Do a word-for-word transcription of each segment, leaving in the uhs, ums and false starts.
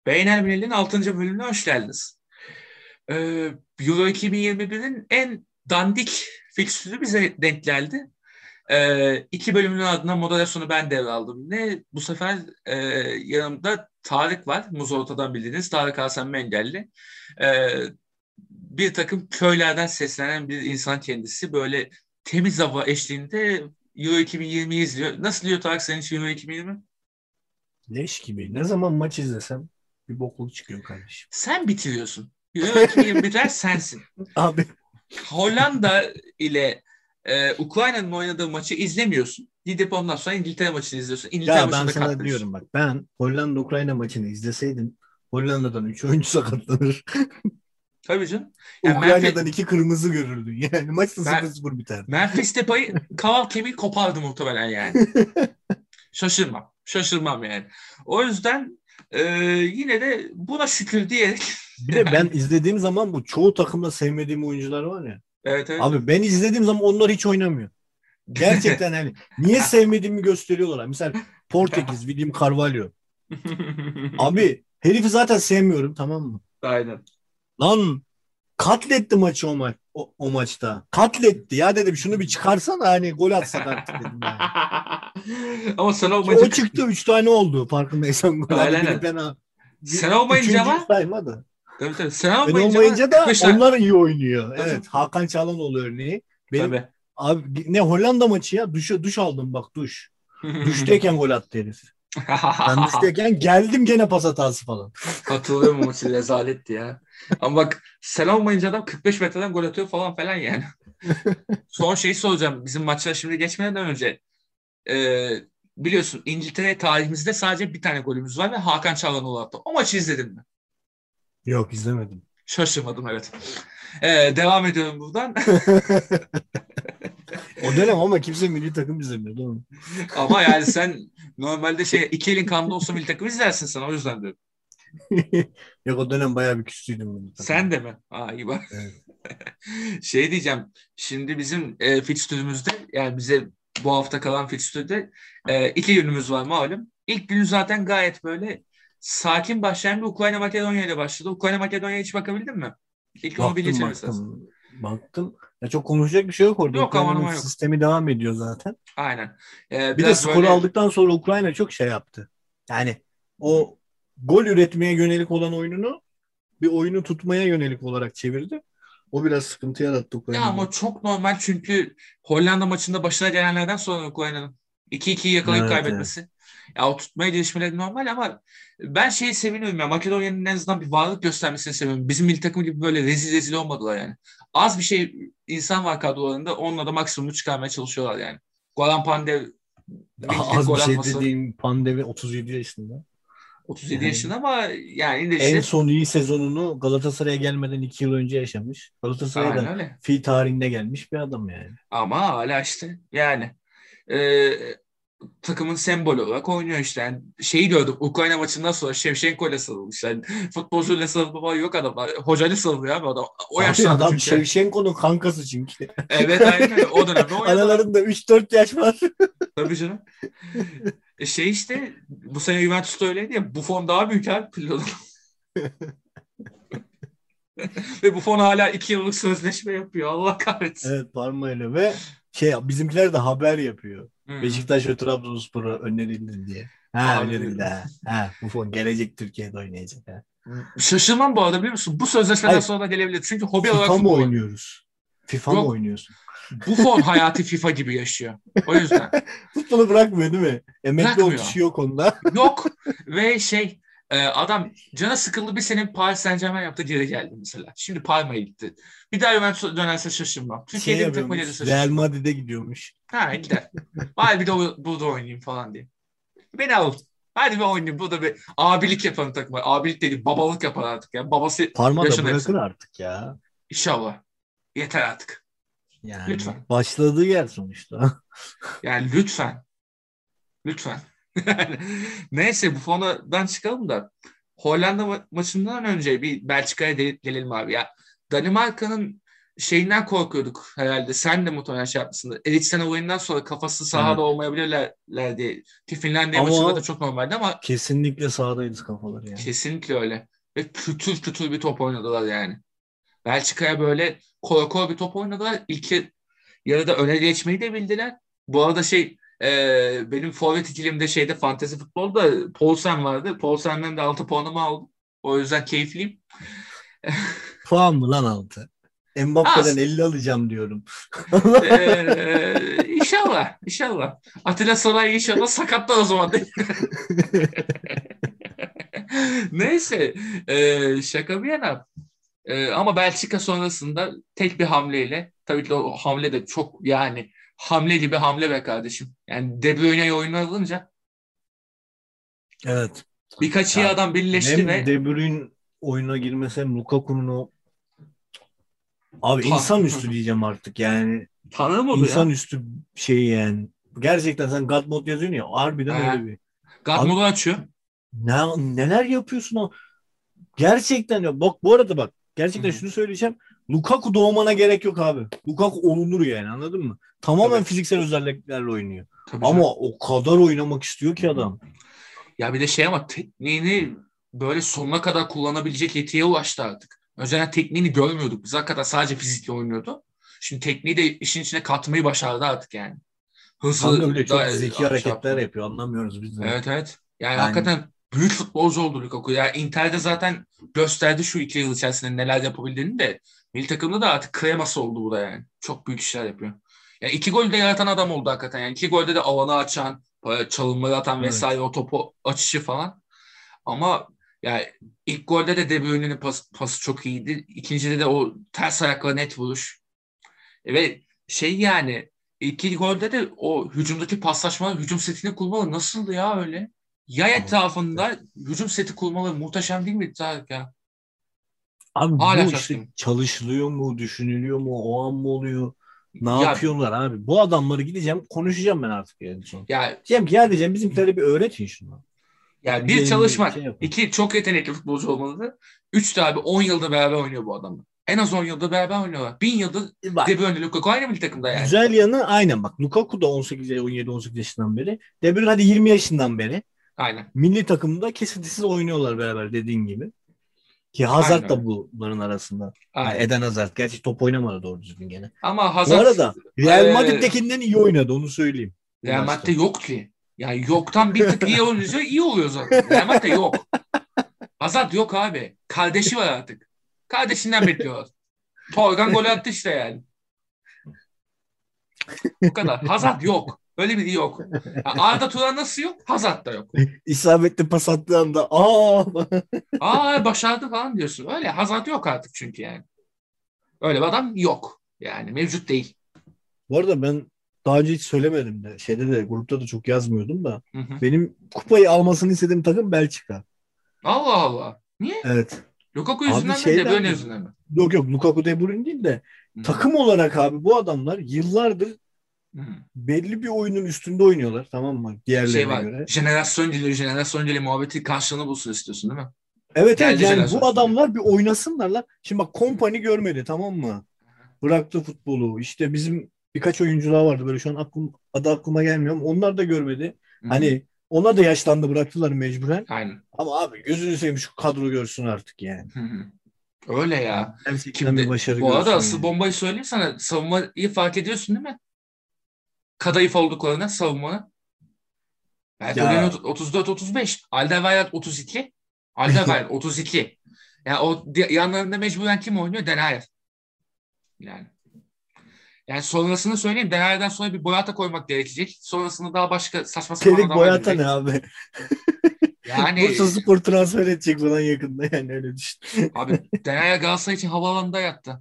Beynelmiral'in altıncı bölümüne hoş geldiniz. Ee, Euro iki bin yirmi birin en dandik fikstürü bize denk geldi. Ee, iki bölümün ardından moderasyonu ben devraldım. Ne bu sefer e, yanımda Tarık var. Muz Orta'dan bildiğiniz Tarık Hasan Mengelli. Ee, Bir takım köylerden seslenen bir insan kendisi. Böyle temiz hava eşliğinde Euro iki bin yirmiyi izliyor. Nasıl diyor Tarık senin için Euro iki bin yirmi? Leş gibi. Ne zaman maç izlesem bir bokluk çıkıyor kardeşim. Sen bitiriyorsun. Euro iki bin yirmi biter sensin. Abi Hollanda ile e, Ukrayna'nın oynadığı maçı izlemiyorsun. Gidip ondan sonra İngiltere maçını izliyorsun. İngiltere ya ben maçında sana katlıyorsun. diyorum bak, ben Hollanda-Ukrayna maçını izleseydim Hollanda'dan üç oyuncu sakatlanır. Tabii canım. Yani Memphis, Ukrayna'dan iki kırmızı görürdün. Yani maç da sıfır sıfır biter. Memphis Depay'ı kaval kemiği kopardı muhtemelen yani. Şaşırmam. Şaşırmam yani. O yüzden e, yine de buna şükür diyerek Bir de ben yani, izlediğim zaman bu çoğu takımda sevmediğim oyuncular var ya. evet evet. Abi ben izlediğim zaman onlar hiç oynamıyor. Gerçekten hani niye sevmediğimi gösteriyorlar. Mesela Portekiz, William Carvalho. Abi herifi zaten sevmiyorum, tamam mı? Aynen. Lan katletti maçı o, maç, o, o maçta. Katletti ya, dedim şunu bir çıkarsana, hani gol atsak artık dedim yani. Ama sana o Ki o maçı çıktı, üç tane oldu farkındaysan gol. Hani biri aynen. fena. Bir, Sen olmayınca üçüncüyü ama sayma da. tabii tabii. Sen Ben olmayınca ama olmayınca da kırk beş tane. onlar iyi oynuyor. Tabii, tabii. Evet, Hakan Çalhanoğlu örneği. Benim Tabii. abi ne Hollanda maçı ya, duş, duş aldım bak, duş. Duştayken gol attı herif. Ben duştayken geldim gene pas hatası falan. Hatırlıyorum o maçı rezaletti ya. Ama bak sen olmayınca adam kırk beş metreden gol atıyor falan falan yani. Son şeyi soracağım. Bizim maçlara şimdi geçmeden önce. Ee, Biliyorsun İngiltere tarihimizde sadece bir tane golümüz var ve Hakan Çalhanoğlu attı. O maçı izledin mi? Yok, izlemedim. Şaşırmadım evet. Ee, devam ediyorum buradan. O dönem ama kimse milli takım izlemiyordu oğlum. Ama yani sen normalde şey iki elin kanda olsa milli takım izlersin sen o yüzden diyorum. Yok, o dönem bayağı bir küstüydüm milli Sen takım. de mi? Aa iyi bak. Evet. Şey diyeceğim. Şimdi bizim e, fikstürümüzde yani bize bu hafta kalan fikstürde e, iki günümüz var malum. İlk günü zaten gayet böyle sakin başlayan bir Ukrayna Makedonya ile başladı. Ukrayna Makedonya'ya hiç bakabildin mi? İlk onu bir Baktım geçelim istersen. baktım. Baktım. Ya çok konuşacak bir şey yok orada. Yok aman Ukrayna'nın aman yok. sistemi devam ediyor zaten. Aynen. E, Bir de biraz skoru böyle aldıktan sonra Ukrayna çok şey yaptı. Yani o gol üretmeye yönelik olan oyununu bir oyunu tutmaya yönelik olarak çevirdi. O biraz sıkıntı yarattı ya Ukrayna'da. ama çok normal çünkü Hollanda maçında başına gelenlerden sonra Ukrayna'nın iki ikiyi yakalayıp Evet, evet. kaybetmesi. Ya o tutmaya gelişmeleri normal ama ben şeyi seviniyorum ya Makedonya'nın en azından bir varlık göstermesini seviyorum. Bizim milli takım gibi böyle rezil rezil olmadılar yani. Az bir şey insan var kadrolarında onunla da maksimum çıkarmaya çalışıyorlar yani. Goran Pandev minicik Az bir gol şey atması dediğim, Pandevi otuz yedi yaşında. otuz yedi Yani yaşında ama yani de en işte son iyi sezonunu Galatasaray'a gelmeden iki yıl önce yaşamış. Galatasaray'a aynen da öyle. fi tarihinde gelmiş bir adam yani. Ama hala işte yani e, takımın sembolü olarak oynuyor işte. Yani şeyi gördük Ukrayna maçından sonra Şevşenko ile sarılmış. Yani futbolcuyla sarılma falan yok adamlar. Hocayla sarılıyor abi adam. O Abi yaşlandı adam çünkü. Şevşenko'nun kankası çünkü. Evet aynen öyle. O dönemde oynadı abi. Aralarında üç dört yaş var. Tabii canım. E şey işte bu sene Juventus'ta öyleydi ya. Buffon daha büyük abi Pirlo'dan. Ve Buffon hala iki yıllık sözleşme yapıyor. Allah kahretsin. Evet, parmayla ve şey, bizimkiler de haber yapıyor. Hmm. Beşiktaş ve Trabzonspor'a önerildi diye. Ha, Abi önerildi ha. Ha, Buffon gelecek Türkiye'de oynayacak ha. şaşırmam bu arada biliyor musun? Bu sözleşmeden Hayır, sonra da gelebilir. Çünkü hobi olarak FIFA mı futbol oynuyor. oynuyoruz? FIFA mı Yok oynuyorsun? Buffon hayatı FIFA gibi yaşıyor. O yüzden. Futbolu bırakmıyor değil mi? Emekli ol Bırakmıyor. tuşu yok onda. Yok. Ve şey e, adam cana sıkıldı bir sene Paris Saint-Germain yaptı geri geldi mesela. Şimdi Parma'ya gitti. Bir daha Juventus dönerse şaşırmam. Şey Türkiye'de bir takıma yapıyormuş. gelirse Real şaşırmam. Madrid'e gidiyormuş. Ha gider. Bari bir de o- burada oynayayım falan diye. Beni al. Hadi bir oynayayım. Burada bir abilik yapan takıma. Abilik değil babalık yapar artık ya. Babası Parma da yaşında bırakır hepsinin. artık ya. İnşallah. Yeter artık. Yani Lütfen. başladığı yer sonuçta. Yani lütfen. Lütfen. Neyse bu konudan çıkalım da Hollanda ma- maçından önce bir Belçika'ya de- gelelim abi ya. Danimarka'nın şeyinden korkuyorduk herhalde. Sen de muhtemelen şey yapmışsındır. Eriksen olayından sonra kafası sahada Evet. olmayabilirler diye. Ki Finlandiya maçında da Ama çok normaldi ama kesinlikle sahadaydı kafaları yani. kesinlikle öyle. Ve kütür kütür bir top oynadılar yani. Belçika'ya böyle kola kola bir top oynadılar. İlk yarıda öne geçmeyi de bildiler. Bu arada şey e, benim forvet ikilimde şeyde fantezi futbolda Poulsen vardı. Poulsen'den de altı puanımı aldım. O yüzden keyifliyim. Puan mı lan altı? Mbappe'den Az. elli alacağım diyorum. Ee, inşallah, inşallah. Atilla Soray inşallah sakatlar o zaman. Neyse, e, şaka bir yana. E, ama Belçika sonrasında tek bir hamleyle, tabii ki o hamle de çok yani hamle gibi hamle be kardeşim. Yani De Bruyne'yi oyuna alınca Evet. birkaç iyi Ya adam birleşti hem ve De Bruyne oyuna girmesi hem Lukaku'nun o abi ta insanüstü diyeceğim artık yani. Tanrı mı bu ya? İnsanüstü şey yani. Gerçekten sen God Mode yazıyorsun ya harbiden Ee, öyle bir. God Abi modu açıyor. ne, neler yapıyorsun o? Gerçekten ya. Bak bu arada bak. Hı Gerçekten hı. şunu söyleyeceğim. Lukaku doğmana gerek yok abi. Lukaku olunur yani anladın mı? Tamamen Tabii, fiziksel özelliklerle oynuyor. tabii Ama canım. o kadar oynamak istiyor ki adam. Ya bir de şey ama tekniğini böyle sonuna kadar kullanabilecek yetiye ulaştı artık. Önceden tekniğini görmüyorduk. Biz hakikaten sadece fizikle oynuyordu. Şimdi tekniği de işin içine katmayı başardı artık yani. Kanka bir de Hızı çok da zeki şey hareketler yaptı. yapıyor. Anlamıyoruz biz de. Evet, evet. Yani Yani hakikaten büyük futbolcu oldu Lukaku. Ya Inter'de zaten gösterdi şu iki yıl içerisinde neler yapabildiğini de. Milli takımda da artık kreması oldu bu da yani. Çok büyük işler yapıyor. Yani iki golü de yaratan adam oldu hakikaten. Yani iki golde de alanı açan, çalımları atan vesaire evet. o topu açışı falan. Ama yani ilk golde de De Bruyne'nin pas, pası çok iyiydi. İkincide de o ters ayakla net vuruş. Ve şey yani iki golde de o hücumdaki paslaşma, hücum setini kurmaları nasıldı ya öyle? Yay Abi, etrafında hücum seti kurmaları muhteşem değil mi Tarık ya? abi Hala bu işte şaşkınım. çalışılıyor mu, düşünülüyor mu, o an mı oluyor? Ne Ya yapıyorlar abi? Bu adamları gideceğim, konuşacağım ben artık yani son. ya Diyeceğim ki ya diyeceğim bizimkileri bir öğretin şunu. ya Bir bir gelin bir şey çalışmak, yapın. iki çok yetenekli futbolcu olmalı. Üç de abi on yılda beraber oynuyor bu adamlar. En az on yılda beraber oynuyorlar. Bin yıldır E De bak Bruyne, Lukaku aynı milli takımda yani. güzel yanı aynen bak Lukaku da on sekiz on yedi on sekiz yaşından beri. De Bruyne hadi yirmi yaşından beri. Aynen. Milli takımda kesintisiz oynuyorlar beraber dediğin gibi. Ki Aynen Hazard da öyle. bunların arasında. Yani Aynen. Eden Hazard. Gerçi top oynamadı doğru düzgün gene. Ama Bu Hazard arada Real e, Madrid'dekinden iyi oynadı onu söyleyeyim bu Real Madrid'de maçta. yok ki. Yani yoktan bir tık iyi oluyorsa iyi oluyor zaten. Real Madrid'de yok. Hazard yok abi. Kardeşi var artık. Kardeşinden bekliyorlar. Torgan gol attı işte yani. Bu kadar. Hazard yok. Öyle biri yok. Ya Arda Turan nasıl yok? Hazard da yok. İsabetli pas attığı anda aa Aa başardı falan diyorsun. Öyle Hazard yok artık çünkü yani. Öyle bir adam yok. Yani mevcut değil. bu arada ben daha önce hiç söylemedim de şeyde de grupta da çok yazmıyordum da Hı hı. benim kupayı almasını istediğim takım Belçika. Allah Allah. Niye? Evet. Lukaku Abi yüzünden mi? De şeyden Bruyne mi? yüzünden mi? Yok yok Lukaku De Bruyne değil de Hı hı. takım olarak abi bu adamlar yıllardır Hı hı. belli bir oyunun üstünde oynuyorlar tamam mı Şey diğerlerine var. göre. Jenerasyon dili, jenerasyon dili muhabbeti karşılığını bulsun istiyorsun değil mi? Evet evet Geldi yani jenerasyon bu şimdi. adamlar bir oynasınlar lan. Şimdi bak Kompany görmedi tamam mı? Bıraktı futbolu. İşte bizim birkaç oyuncu daha vardı böyle şu an aklım, adı aklıma gelmiyor ama onlar da görmedi. Hı hı. Hani onlar da yaşlandı bıraktılar mecburen. Aynen. Ama abi gözünü seveyim şu kadro görsün artık yani. Hı hı. Öyle Yani ya. gerçekten bir Kimde? başarı Bu arada görsün asıl yani. bombayı söyleyeyim sana. Savunmayı fark ediyorsun değil mi? Kadayıf olduklarını savunmanın. Bertolini Ya otuz dört otuz beş. Alderweireld otuz iki. Alderweireld otuz iki. Yani o di- yanlarında mecburen kim oynuyor? Denayer. Yani. Yani sonrasını söyleyeyim. Dener'den sonra bir Boyata koymak gerekecek. Sonrasında daha başka saçma sapan Çelik adamlar Boyata ne gelecek. abi? Bursa Yani Spor transfer edecek falan yakında yani öyle düşün. abi Dener Galatasaray için havaalanında yattı.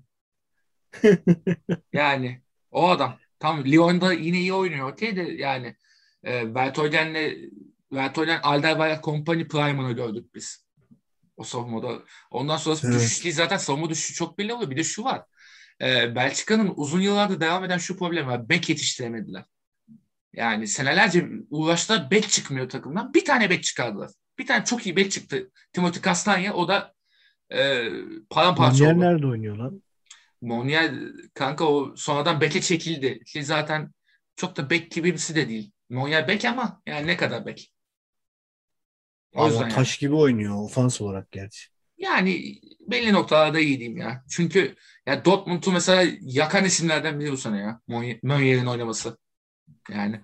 Yani o adam. Tamam Lyon'da yine iyi oynuyor. Okey de yani e, Vertonghen'le Vertonghen Alderweireld Company Prime'ını gördük biz. O savunmada. Ondan sonrası düşüş Evet. değil zaten savunma düşüşü çok belli oluyor. Bir de şu var. E, Belçika'nın uzun yıllardır devam eden şu problemi var. Bek yetiştiremediler. Yani senelerce uğraştılar bek çıkmıyor takımdan. Bir tane bek çıkardılar. Bir tane çok iyi bek çıktı. Timothy Castagne o da e, paramparça Munier oldu. nerede oynuyor lan? Monier kanka o sonradan beke çekildi. Ki zaten çok da bek gibi birisi de değil. Monier bek ama yani ne kadar bek. O Ama yüzden yani. taş gibi oynuyor ofans olarak gerçi. Yani belli noktalarda iyi diyeyim ya. Çünkü ya Dortmund'u mesela yakan isimlerden biri bu sene ya. Mönier'in oynaması. Yani.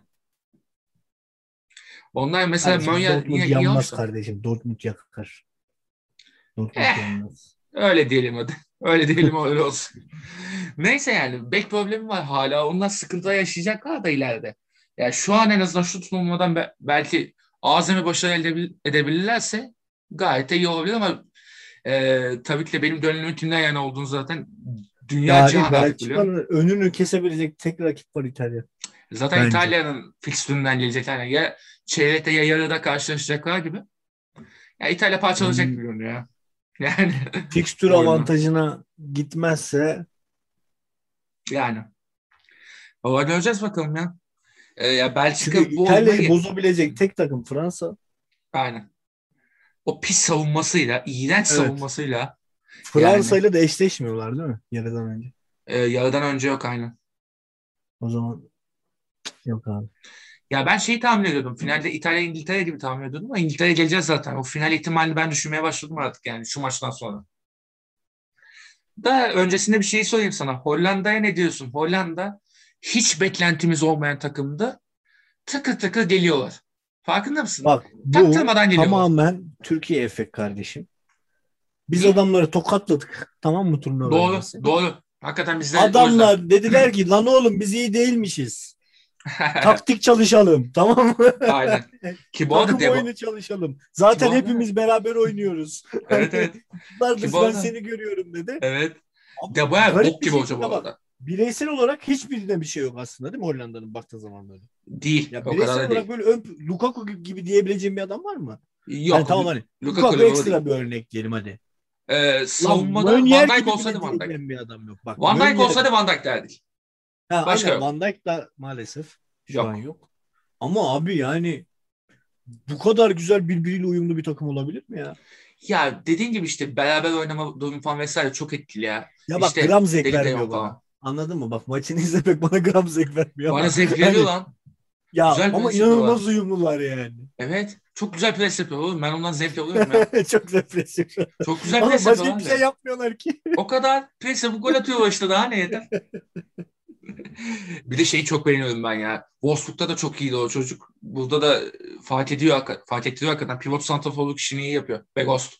Onlar mesela Kardeşim Mönyer Dortmund yine iyi yanmaz hoş da. kardeşim. Dortmund yakar. Dortmund Eh yanmaz. öyle diyelim hadi. Öyle diyelim öyle olsun. Neyse yani bek problemi var hala. Onlar sıkıntı yaşayacaklar da ileride. Yani şu an en azından şu tutulmadan be- belki azami başarı elde edebil- edebilirlerse gayet de iyi olabilir ama e, tabii ki de benim gönlümün kimden yana olduğunu zaten dünya Ya abi cihan artık biliyor. Belçika'nın önünü kesebilecek tek rakip var İtalya. Zaten Bence. İtalya'nın fikstüründen gelecekler. Yani ya çeyrekte ya yarıda karşılaşacaklar gibi. Ya İtalya parçalayacak Yani gibi görünüyor ya. Yani fikstür bu oyundan. avantajına gitmezse Yani. Valla göreceğiz bakalım ya. Ee, ya çünkü Belçika bu oyuna İtalya'yı bozabilecek tek takım Fransa. aynen. O pis savunmasıyla, iğrenç Evet. savunmasıyla Fransa yani ile de eşleşmiyorlar değil mi? Yarıdan önce. e, yarıdan önce yok aynen. O zaman yok abi. Ya ben şeyi tahmin ediyordum. Finalde İtalya İngiltere gibi tahmin ediyordum ama İngiltere geleceğiz zaten. O final ihtimalini ben düşünmeye başladım artık yani şu maçtan sonra. Da öncesinde bir şey sorayım sana. Hollanda'ya ne diyorsun? Hollanda hiç beklentimiz olmayan takımda tıkır tıkır geliyorlar. Farkında mısın? Bak bu Taktırmadan geliyorlar. tamamen Türkiye efekt kardeşim. Biz Niye? adamları tokatladık. Tamam mı turnuva Doğru, öncesi? doğru. Hakikaten bizde o yüzden. Adamlar dediler ki lan oğlum biz iyi değilmişiz. Taktik çalışalım. Tamam mı? Aynen. Ki bu arada Takım Debo, oyunu çalışalım. ki bu Zaten arada hepimiz beraber oynuyoruz. evet evet. Hani bunlar Ki bu da ben arada seni görüyorum dedi. evet. Ama Deboer garip bok bir gibi hoca bu şekilde bak. arada. Bireysel olarak hiçbirine bir şey yok aslında değil mi Hollanda'nın baktığı zaman böyle. Değil. Ya O kadar bireysel da olarak değil. böyle ön, Lukaku gibi diyebileceğim bir adam var mı? Hani Yok. tamam hani Lukaku Lukaku level'ı değil. ekstra bir örnek diyelim hadi. Ee, Lan savunmada Meunier Van Dijk gibi olsaydı bile Van Dijk. diyebileceğim bir adam yok. Bak Van Dijk Meunier. olsaydı Van Dijk derdik. Ha, Başka aynen yok. Van Dijk da maalesef şu an Yok. yok. Ama abi yani bu kadar güzel birbiriyle uyumlu bir takım olabilir mi ya? Ya dediğin gibi işte beraber oynama durumu falan vesaire çok etkili ya. Ya bak İşte gram zevk David De vermiyor Jong bana. falan. Anladın mı? Bak maçını izlemek bana gram zevk vermiyor Bana ama zevk veriyor hani lan. ya Güzel ama pres yapıyorlar. inanılmaz uyumlular yani. Evet. Çok güzel pres yapıyor oğlum. Ben ondan zevk alıyorum ya. Çok depresif. Çok güzel Ama pres başka yapıyorlar hiçbir şey abi. yapmıyorlar ki. O kadar pres yapıp gol atıyor işte daha ne yeter. Bir de şeyi çok beğeniyorum ben ya. Wolfsburg'da da çok iyiydi o çocuk. Burada da fark ediyor, hakikaten- fark ettiriyor hakikaten. Pivot santraforluk işini iyi yapıyor. Weghorst.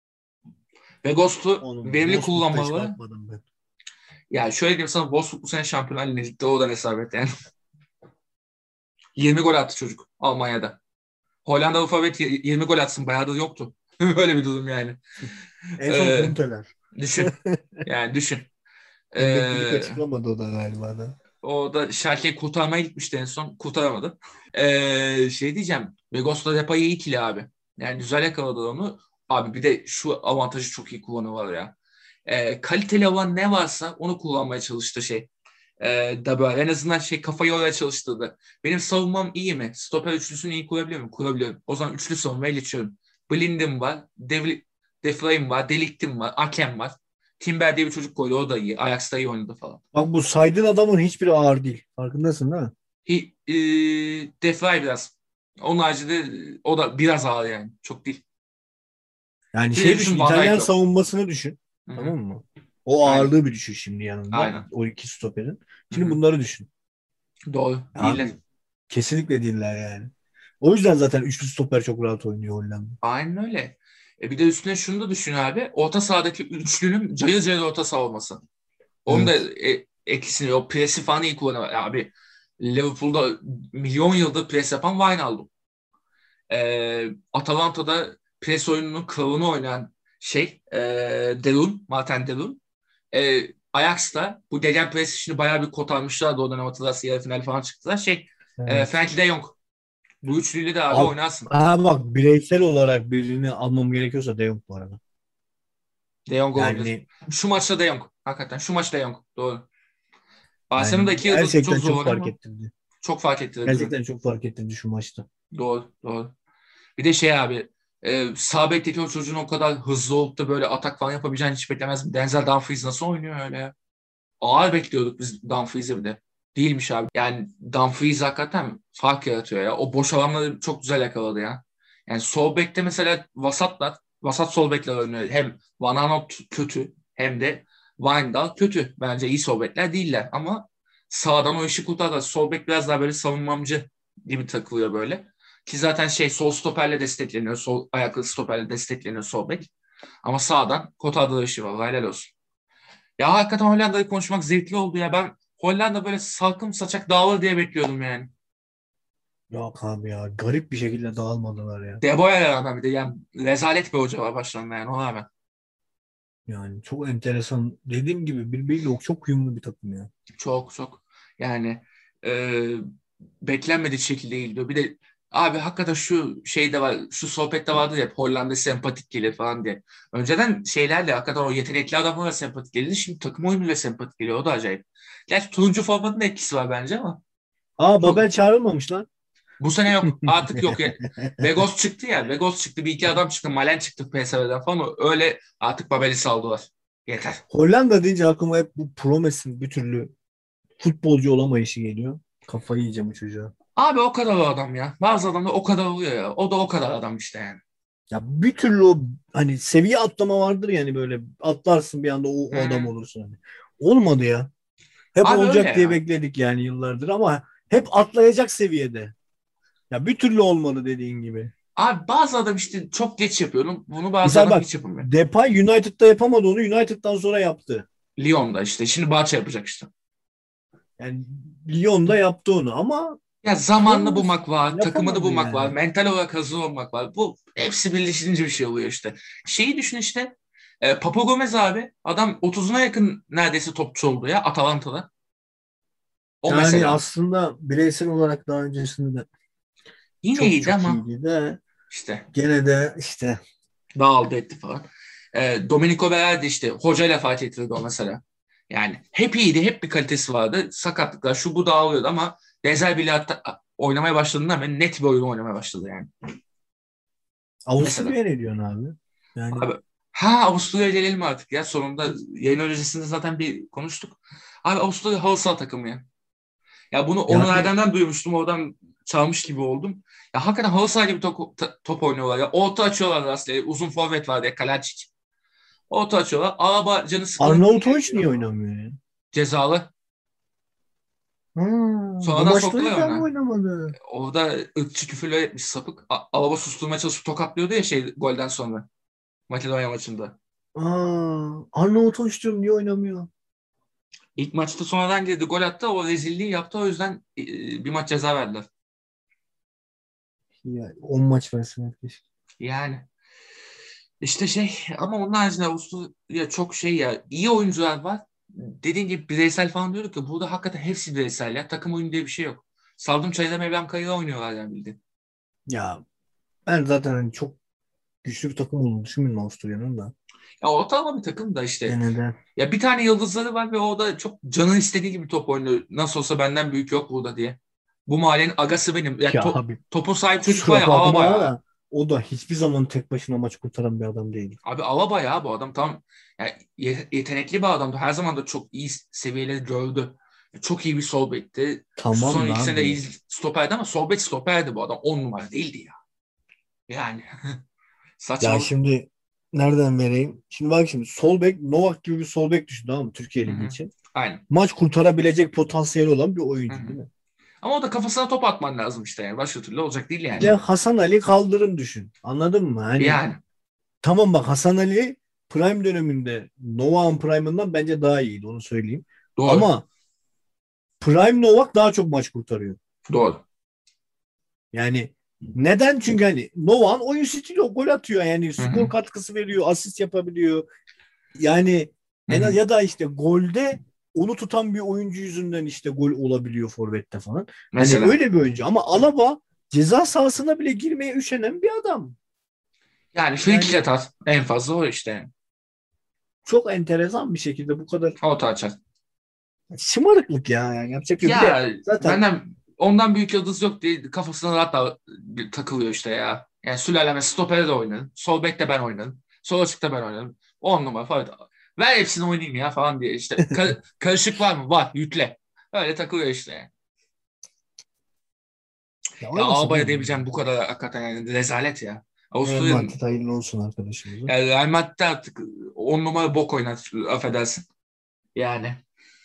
Weghorst'u Oğlum verimli Wolfsburg'da hiç kullanmalı. bakmadım ben. Yani şöyle diyeyim sana Wolfsburg bu sene Şampiyonlar Ligi'de o da hesap yani. yirmi gol attı çocuk Almanya'da. Hollandalı forvet yirmi gol atsın bayağıdır yoktu. Öyle bir durum yani. En son Ee, Kunteler. düşün. Yani düşün. Emeklilik Ee, açıklamadı o da galiba da. O da Schalke'yi kurtarmaya gitmişti en son. Kurtaramadı. Ee, şey diyeceğim. Vegos'la Depay'ı iyi ikili abi. Yani güzel yakaladı onu. Abi bir de şu avantajı çok iyi kullanıyorlar ya. Ee, kaliteli olan ne varsa onu kullanmaya çalıştı şey. Ee, da böyle en azından şey kafayı oraya çalıştırdı. Benim savunmam iyi mi? Stoper üçlüsünü iyi kurabiliyor muyum? Kurabiliyorum. O zaman üçlü savunmaya geçiyorum. Blind'im var. Devli, Defray'im var. Deliktim var. Akem var. Timber diye bir çocuk koydu. O da iyi. Ajax'ta iyi oynadı falan. Bak bu saydığın adamın hiçbiri ağır değil. Farkındasın değil mi? Hi, e, Defray biraz. Onun haricinde o da biraz ağır yani. Çok değil. Yani Bir de şey düşün düşün Van Dijk İtalyan yok. savunmasını düşün. Hı-hı. Tamam mı? O Aynen. ağırlığı bir düşün şimdi yanında. Aynen. O iki stoperin. Şimdi Hı-hı. bunları düşün. Doğru. Değiller. Abi kesinlikle değiller yani. O yüzden zaten üçlü stoper çok rahat oynuyor Hollanda. Aynen öyle. E bir de üstüne şunu da düşün abi. Orta sahadaki üçlünün cayır cayır orta saha olması. Onun da Evet. e, etkisini, o presi falan iyi kullanıyor. Abi Liverpool'da milyon yıldır pres yapan Wijnaldum. E, Atalanta'da pres oyununun kralını oynayan şey e, Delun, Martin Delun. E, Ajax'ta bu gegenpress işini bayağı bir kotarmışlardı o dönem hatırlarsın yarı final falan çıktılar. Şey, e, Evet. Frenkie de Jong. Bu üçlüyle de abi Abi, oynarsın. ha bak bireysel olarak birini almam gerekiyorsa De Jong bu arada. De Jong olabilir. Yani Şu maçta De Jong. Hakikaten şu maçta De Jong. Doğru. Barcelona'da yani iki yıldız çok gerçekten çok zorlanıyor fark ama ettirdi. çok fark ettirdi değil mi? Gerçekten çok fark ettirdi şu maçta. Doğru. Doğru. Bir de şey abi e, sağ bekteki o çocuğun o kadar hızlı olup da böyle atak falan yapabileceğini hiç beklemezdim. Denzel Dumfries nasıl oynuyor öyle ya? ağır bekliyorduk biz Dumfries'i bir de. Değilmiş abi. Yani Dumfries hakikaten fark yaratıyor ya. O boş alanları çok güzel yakaladı ya. Yani sol bekte mesela vasatlar, vasat sol bekler oynuyor. Hem Van Aanholt kötü hem de Wijndal kötü. Bence iyi sol bekler değiller ama sağdan o işi kurtardı. Sol bek biraz daha böyle savunmamcı gibi takılıyor böyle. Ki zaten şey sol stoperle destekleniyor. Sol ayaklı stoperle destekleniyor sol bek. Ama sağdan kurtardığı işi var. Helal olsun. Ya hakikaten Hollanda'yı konuşmak zevkli oldu ya. Ben Hollanda böyle salkım saçak dağılır diye bekliyordum yani. Yok abi ya. Garip bir şekilde dağılmadılar ya. De Boer'e rağmen bir de yani rezalet bir hoca var başlarında yani ona rağmen. Yani çok enteresan. Dediğim gibi birbiriyle çok uyumlu bir takım ya. Çok çok yani e, beklenmedik şekilde gidiyor. Bir de abi hakikaten şu şey de var, şu sohbette vardı ya hep Hollanda sempatik gelir falan diye. Önceden şeylerle hakikaten o yetenekli adamlarla sempatik gelirdi. Şimdi takım oyunuyla sempatik geliyor. O da acayip. Gerçi turuncu formatın da etkisi var bence ama. Aa, Çok, Babel çağrılmamış lan. bu sene yok. Artık yok ya. Vegos çıktı ya. Vegos çıktı. Bir iki adam çıktı. Malen çıktı P S V'den falan. Öyle artık Babel'i saldılar. Yeter. Hollanda deyince aklıma hep bu Promes'in bir türlü futbolcu olamayışı geliyor. Kafayı yiyeceğim bu çocuğa. Abi o kadar o adam ya. Bazı adamlar o kadar oluyor ya. O da o kadar adam işte yani. Ya bir türlü o hani seviye atlama vardır yani, böyle atlarsın bir anda o, o adam Hı. olursun hani. Olmadı ya. Hep Abi öyle olacak diye ya. bekledik yani yıllardır ama hep atlayacak seviyede. Ya bir türlü olmadı dediğin gibi. Abi bazı adam işte çok geç yapıyor. Bunu bazı Mesela adam bak, hiç yapamıyor. Depay United'da yapamadı onu, United'dan sonra yaptı. Lyon'da işte. Şimdi Barça yapacak işte. Yani Lyon'da yaptı onu ama Ya zamanını Promes bulmak var, takımını yapamadı bulmak var, yani. mental olarak hazır olmak var. Bu hepsi birleşince bir şey oluyor işte. Şeyi düşün işte. E, Papu Gomez abi. Adam otuzuna yakın neredeyse topçu oldu ya Atalanta'da. O Yani mesela. aslında bireysel olarak daha öncesinde de Yine çok iyiydi çok ama iyiydi de işte gene de işte dağıldı etti falan. E, Domenico Berardi işte hocayla Fatih ettirdi o mesela. Yani hep iyiydi, hep bir kalitesi vardı. Sakatlıklar şu bu dağılıyordu ama Dezer bile hatta oynamaya başladığında ben net bir oyun oynamaya başladı yani. Mesela. Avusturya'ya ne diyorsun abi? Yani Abi, ha Avusturya'ya gelelim artık ya. Sonunda yayın öncesinde zaten bir konuştuk. Abi Avusturya halı saha takımı ya. Ya bunu Onur yani Erdem'den duymuştum. Oradan çalmış gibi oldum. Ya hakikaten halı saha gibi top, top oynuyorlar ya. Orta açıyorlar aslında. Uzun forvet var diye Kalacic. Orta açıyorlar. Alaba canı sıkılınca Arnautovic indiriyor. niye oynamıyor ya? Cezalı. Ha, bu Sonradan maçta o soktular yüzden mi ona. oynamadı? Orada ırkçı küfürler etmiş sapık. A- Alaba susturmaya çalışıp tokatlıyordu ya şey golden sonra. Makedonya maçında. Aa, Arnautovic diyorum, niye oynamıyor? İlk maçta sonradan girdi gol attı. O rezilliği yaptı. O yüzden e, bir maç ceza verdiler. Ya, on maç versin keşke. Yani işte şey ama onun haricinde Avusturya çok şey ya iyi oyuncular var. Dediğin gibi bireysel falan diyorduk ya burada hakikaten hepsi bireysel ya. Takım oyunu diye bir şey yok. Saldım Çayır'da Mevlam Kayır'ı oynuyorlar yani bildiğin. Ya ben zaten hani çok güçlü bir takım olduğunu düşünmüyorum Avusturya'nın da. Ya ortalama bir takım da işte. Gene de. Ya bir tane yıldızları var ve o da çok canın istediği gibi top oynuyor. Nasıl olsa benden büyük yok burada diye. Bu mahallenin agası benim. Ya Ya to, abi, topun sahibi çocuk var kusura ya Alaba bakma ya. da o da hiçbir zaman tek başına maç kurtaran bir adam değil. Abi Alaba ya bu adam tam yani ye- yetenekli bir adamdı. Her zaman da çok iyi seviyeleri gördü. Çok iyi bir sol bekti. Şu son Tamam da iki senede iyi abi. stoperdi ama sol bek stoperdi bu adam. On numara değildi ya. Yani Ya saçmalık. şimdi nereden vereyim? Şimdi bak, şimdi sol bek Novak gibi bir sol bek düşün, tamam mı? Türkiye Hı Ligi hı. için. Aynen. Maç kurtarabilecek potansiyeli olan bir Hı oyuncu hı. değil mi? Ama o da kafasına top atman lazım işte yani. Başka türlü olacak değil Bir yani. de Hasan Ali Kaldırım düşün. Anladın mı? Hani Yani tamam, bak Hasan Ali Prime döneminde Novak'ın Prime'ından bence daha iyiydi, onu söyleyeyim. doğru. Ama Prime Novak daha çok maç kurtarıyor. Doğru. Yani neden? Çünkü hani Novak'ın oyun stili o, gol atıyor yani, Hı skor hı. katkısı veriyor, asist yapabiliyor. Yani Hı en az, hı. ya da işte golde onu tutan bir oyuncu yüzünden işte gol olabiliyor forvette falan. Hani Mesela. öyle bir oyuncu ama Alaba ceza sahasına bile girmeye üşenen bir adam. Yani frikik Yani atar. En fazla o işte yani. çok enteresan bir şekilde bu kadar Orta açar. şımarıklık ya, yani yapacak bir şey. Bir de Ya zaten benden ondan büyük yıldız yok diye kafasına rahat da takılıyor işte ya. Yani sülaleme stopere de oynadım. Sol bekte ben oynadım. Sol açıkta ben oynadım. On numara falan. Ver hepsini oynayayım ya falan diye işte. Ka- karışık var mı? Var. Yükle. Öyle takılıyor işte yani. Ya Ya oynasın Alba'ya oğlum. diyebileceğim bu kadar hakikaten yani rezalet ya. Real Avusturya'nın Madrid hayırlı olsun arkadaşımıza. yani Real Madrid'de artık on numara bok oynat affedersin. Yani.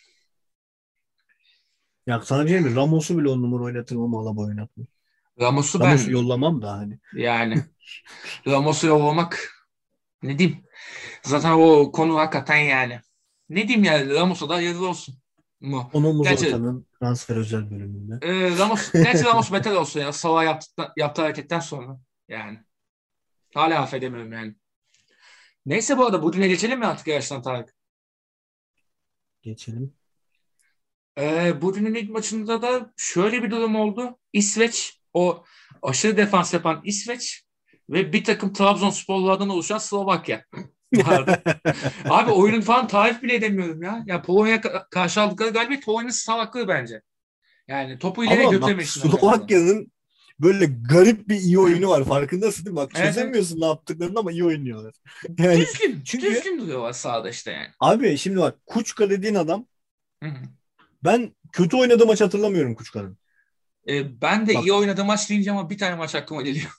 Ya sana bir şey mi? Ramos'u bile on numara oynatırım ama Alaba oynatmıyor. Ramos'u Ramos'u ben yollamam da hani. yani Ramos'u yollamak ne diyeyim? Zaten o konu hakikaten yani. Ne diyeyim yani Ramos'a da hayırlı olsun mu? Onu Gerçi Muzata'nın transfer özel bölümünde. e, Ramos, gerçi Ramos beter olsun ya. Salah yaptı, yaptığı hareketten sonra. Yani. Hala affedemiyorum yani. Neyse bu arada bugüne geçelim mi artık yarıştan Tarık? Geçelim. Ee, bugünün ilk maçında da şöyle bir durum oldu. İsveç, o aşırı defans yapan İsveç ve bir takım Trabzonsporlulardan oluşan Slovakya vardı. Abi oyunun falan tarif bile edemiyorum ya. Ya Polonya'ya ka- karşı aldıkları galibiyet Polonya'nın salaklığı bence. Yani topu ileriye Ama bak götürememişler galiba. Slovakya'nın böyle garip bir iyi oyunu var. Farkındasın değil mi? Bak Evet, evet. çözemiyorsun ne yaptıklarını ama iyi oynuyorlar. Yani Düzgün. çünkü Düzgün duruyorlar sahada işte yani. abi şimdi bak Kuçka dediğin adam Hı hı. ben kötü oynadığı maç hatırlamıyorum Kuçka'nın. Ee, ben de iyi Bak oynadı maç deyince ama bir tane maç aklıma geliyor.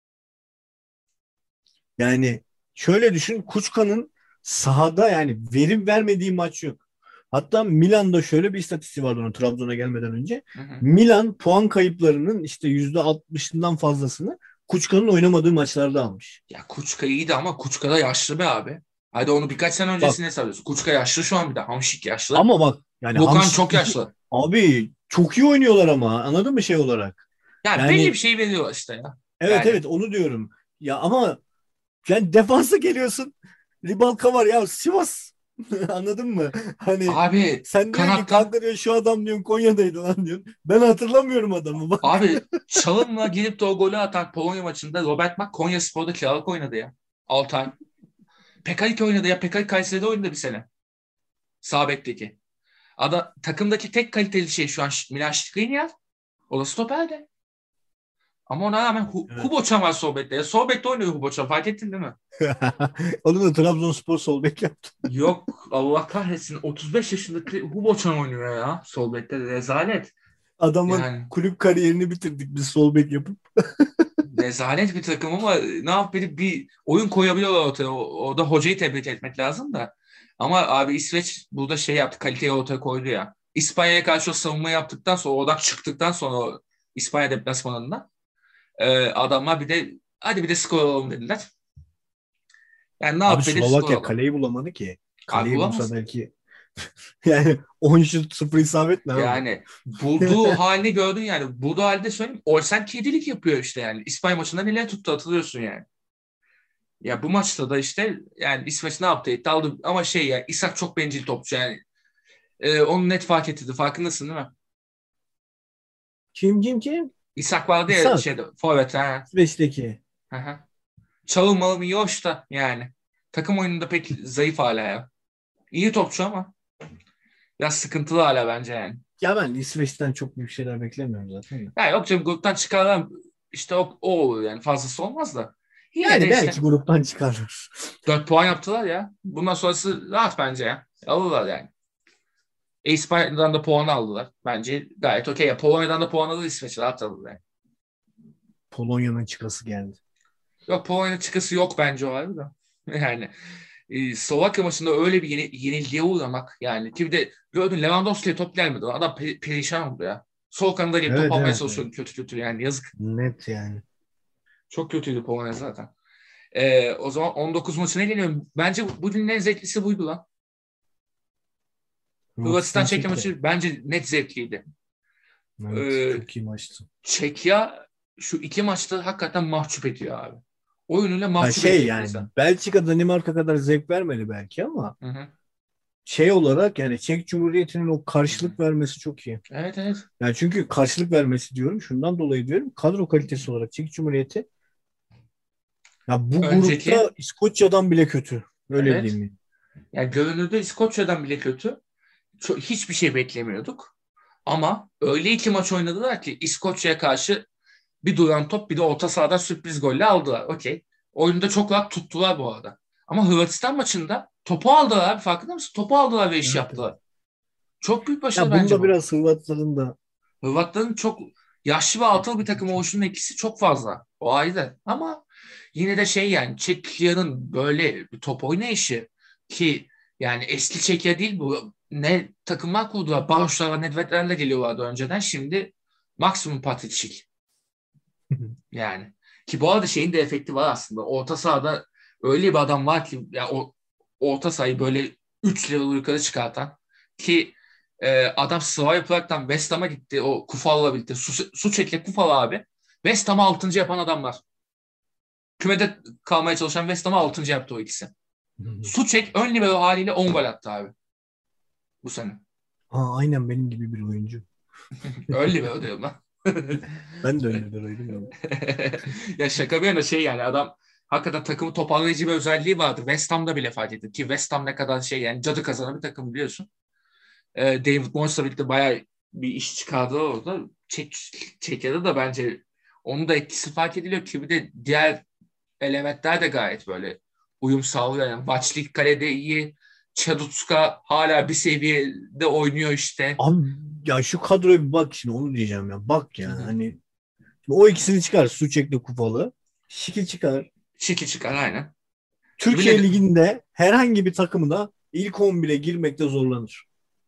yani şöyle düşün Kuçka'nın sahada yani verim vermediği maç yok. Hatta Milan'da şöyle bir istatistiği vardı onun Trabzon'a gelmeden önce. Hı hı. Milan puan kayıplarının işte yüzde altmışından fazlasını Kuçka'nın oynamadığı maçlarda almış. Ya Kuçka iyiydi ama Kuçka da yaşlı be abi. Hadi onu birkaç sene Bak öncesine sarıyorsun. Kuçka yaşlı şu an bir de. Hamşik yaşlı. ama bak yani Lukan Hamşik çok iki yaşlı. abi çok iyi oynuyorlar ama anladın mı şey olarak? Yani belli bir Yani şey veriyor işte ya. evet Yani. evet onu diyorum. Ya ama yani defansa geliyorsun. Ribalka var ya Sivas. Anladın mı? Hani Abi sen diyorsun ki kanattan kanka diyor şu adam diyorsun Konya'daydı lan diyorsun. Ben hatırlamıyorum adamı bak. abi çalımla gelip de o golü atan Polonya maçında Robert Mak Konyaspor'da kiralık oynadı ya. altı ay. Pekarik oynadı ya. Pekarik Kayseri'de oynadı bir sene. Sağ bekteki. Ada, takımdaki tek kaliteli şey şu an Milan Skriniar. O da stoperde. Ama ona rağmen Hu Evet. Huboçan var sol bekte. Ya sol bekte oynuyor Huboçan. Fark ettin değil mi? Onu da Trabzonspor sol bek yaptı. Yok Allah kahretsin otuz beş yaşındaki Huboçan oynuyor ya. Sol bekte rezalet. Adamın Yani kulüp kariyerini bitirdik biz sol bek yapıp. rezalet bir takım ama ne yap bir, bir oyun koyabiliyorlar ortaya. O, orada hocayı tebrik etmek lazım da. Ama abi İsveç burada şey yaptı. Kaliteyi ortaya koydu ya. İspanya'ya karşı o savunma yaptıktan sonra oradan çıktıktan sonra o İspanya deplasmanında e, adamlar bir de hadi bir de skor alalım dediler. Yani ne Abi yap edip skor Slovakya alalım. kaleyi bulamadı ki. Abi Kaleyi bulsa bulamaz. belki yani on şut sıfır isabet ne abi? Yani bulduğu halini gördün yani. Bulduğu halde söyleyeyim. Olsen kedilik yapıyor işte yani. İspanya maçında neler tuttu hatırlıyorsun yani. Ya bu maçta da işte yani İsveç ne yaptı etti aldı ama şey ya İshak çok bencil topçu yani. Ee, onu net fark etti. Farkındasın değil mi? Kim kim kim? İshak vardı ya İshak. şeyde forvet ha. İsveç'teki. Hı hı. Çalım malım iyi hoş da yani. Takım oyununda pek zayıf hala ya. İyi topçu ama biraz sıkıntılı hala bence yani. Ya ben İsveç'ten çok büyük şeyler beklemiyorum zaten de. Ya yok canım gruptan çıkarılan işte o, o olur yani fazlası olmaz da. Yine de Yani belki işte gruptan çıkarır. dört puan yaptılar ya. Bundan sonrası rahat bence ya. Alırlar yani. E, İspanya'dan da puan aldılar. Bence gayet okey. Ya, Polonya'dan da puan alır İsveç rahat alır yani. Polonya'nın çıkası geldi. Yok Polonya çıkası yok bence o ayrı da. Yani e, Slovakya maçında öyle bir yeni, yenilgiye uğramak yani. Ki bir de gördün Lewandowski'ye top gelmedi. Adam pe- perişan oldu ya. Sol kanada gelip top Evet almaya evet evet. çalışıyordu kötü kötü yani yazık. Net yani. Çok kötüydü Polonya zaten. E, o zaman on dokuz maçına geliyorum. Bence bugünün en zevklisi buydu lan. Hırvatistan Hırvatistan Çekya Çekya. maçı bence net zevkliydi. Evet E, çok iyi maçtı. Çekya şu iki maçta hakikaten mahcup ediyor abi. Oyunuyla Ha mahcup şey edecek yani bize. Belçika Danimarka kadar zevk vermedi belki ama Hı hı. şey olarak yani Çek Cumhuriyeti'nin o Hı hı. karşılık vermesi çok iyi. Evet, evet. Yani çünkü karşılık vermesi diyorum. Şundan dolayı diyorum. Kadro kalitesi olarak Çek Cumhuriyeti ya bu Önceki grupta İskoçya'dan bile kötü. Öyle evet. diyeyim. Yani görünürde İskoçya'dan bile kötü. Çok, hiçbir şey beklemiyorduk. Ama öyle iki maç oynadılar ki İskoçya'ya karşı bir duran top bir de orta sahadan sürpriz golle aldılar. Okey. Oyunda çok rahat tuttular bu arada. Ama Hırvatistan maçında topu aldılar abi, farkında mısın? Topu aldılar ve iş Evet, evet. yaptılar. Çok büyük başarı Ya bence bunda bu. biraz Hırvatların da Hırvatların çok yaşlı ve altılı bir etkisi takım çok. oluşunun etkisi çok fazla. O ayrı. Ama yine de şey yani Çekya'nın böyle bir top oynayışı ki yani eski Çekya değil bu. Ne takımlar kurdular. Baroşlarla, Nedvedlerle geliyorlardı önceden. Şimdi maksimum Patriçik. Yani. Ki bu arada şeyin de efekti var aslında. Orta sahada öyle bir adam var ki ya o orta sahayı böyle üç level yukarı çıkartan ki e, adam Slavia Prag'dan West Ham'a gitti. O Kufal'la birlikte. Su, Suçek'le Kufal abi. West Ham'ı altıncı yapan adamlar. Kümede kalmaya çalışan West Ham'ı altıncı yaptı o ikisi. Suçek ön libero haliyle on gol attı abi. Bu sene. Ha, aynen benim gibi bir oyuncu. Ön libero diyorum lan. Ben de öyle bir oyuncuyum. Ya şaka bir yana şey yani adam hakikaten takımı toparlayıcı bir özelliği vardı. West Ham'da bile fark ettim ki West Ham ne kadar şey yani cadı kazanan bir takım biliyorsun. Ee, David Moyes'la birlikte bayağı bir iş çıkardı orada. Çek, Çekya'da da bence onun da etkisi fark ediliyor ki bir de diğer elementler de gayet böyle uyum sağlıyor. Yani Vaçlik kalede iyi. Çadutska hala bir seviyede oynuyor işte. Abi ya şu kadroya bir bak, şimdi onu diyeceğim ya. Bak yani hani şimdi o ikisini çıkar. Suçek'le Kupalı. Şikil çıkar. Şiki çıkar aynen. Türkiye Bile, Ligi'nde herhangi bir takımda ilk on bire girmekte zorlanır.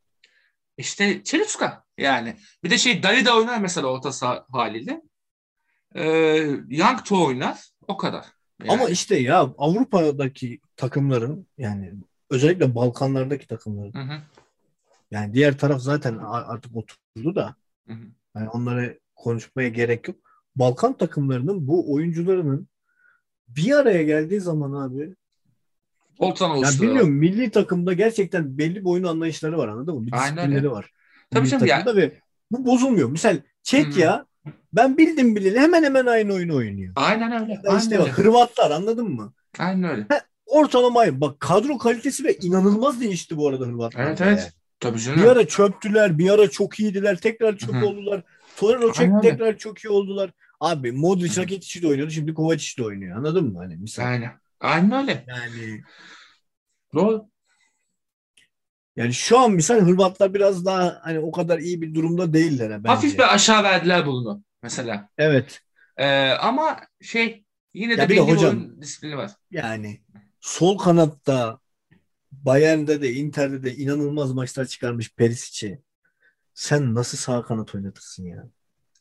İşte Çelutska yani. Bir de şey Dali de oynar mesela orta saha haliyle. Ee, Young to oynar. O kadar. Ama Yani. işte ya Avrupa'daki takımların, yani özellikle Balkanlardaki takımların, Hı hı, yani diğer taraf zaten a- artık oturdu da, hı hı. yani onları konuşmaya gerek yok. Balkan takımlarının bu oyuncularının bir araya geldiği zaman abi, Voltran ya oluşturuyorlar. bilmiyorum, milli takımda gerçekten belli bir oyun anlayışları var, anladın mı? Bir Aynen öyle. disiplinleri var Tabii milli canım ya. takımda ve bu bozulmuyor. Misal Hı hı. Çekya, ben bildim bileli hemen hemen aynı oyunu oynuyor. Aynen Ya öyle. da Aynen işte bak öyle. Hırvatlar, anladın mı? Aynen öyle. He, ortalama aynı. Bak kadro kalitesi ve inanılmaz değişti bu arada Evet Hırvatlarda yani. evet. Tabii Bir canım. ara çöptüler, bir ara çok iyiydiler, tekrar Hı çöp hı. oldular. Torreira Aynen çekti, öyle. tekrar çok iyi oldular. Abi Hı Modric hı. Rakitic de oynuyordu, şimdi Kovacic de oynuyor. Anladın mı? Hani misal. Aynen. Aynen öyle. Yani Doğru. yani şu an misal Hırvatlar biraz daha hani o kadar iyi bir durumda değiller ha, Hafif bence. bir aşağı verdiler bunu mesela. Evet. Ee, ama şey yine Ya de bir de belli bir hocam, oyun disiplini var. yani sol kanatta Bayern'de de Inter'de de inanılmaz maçlar çıkarmış Perisic'i. Sen nasıl sağ kanat oynatırsın ya?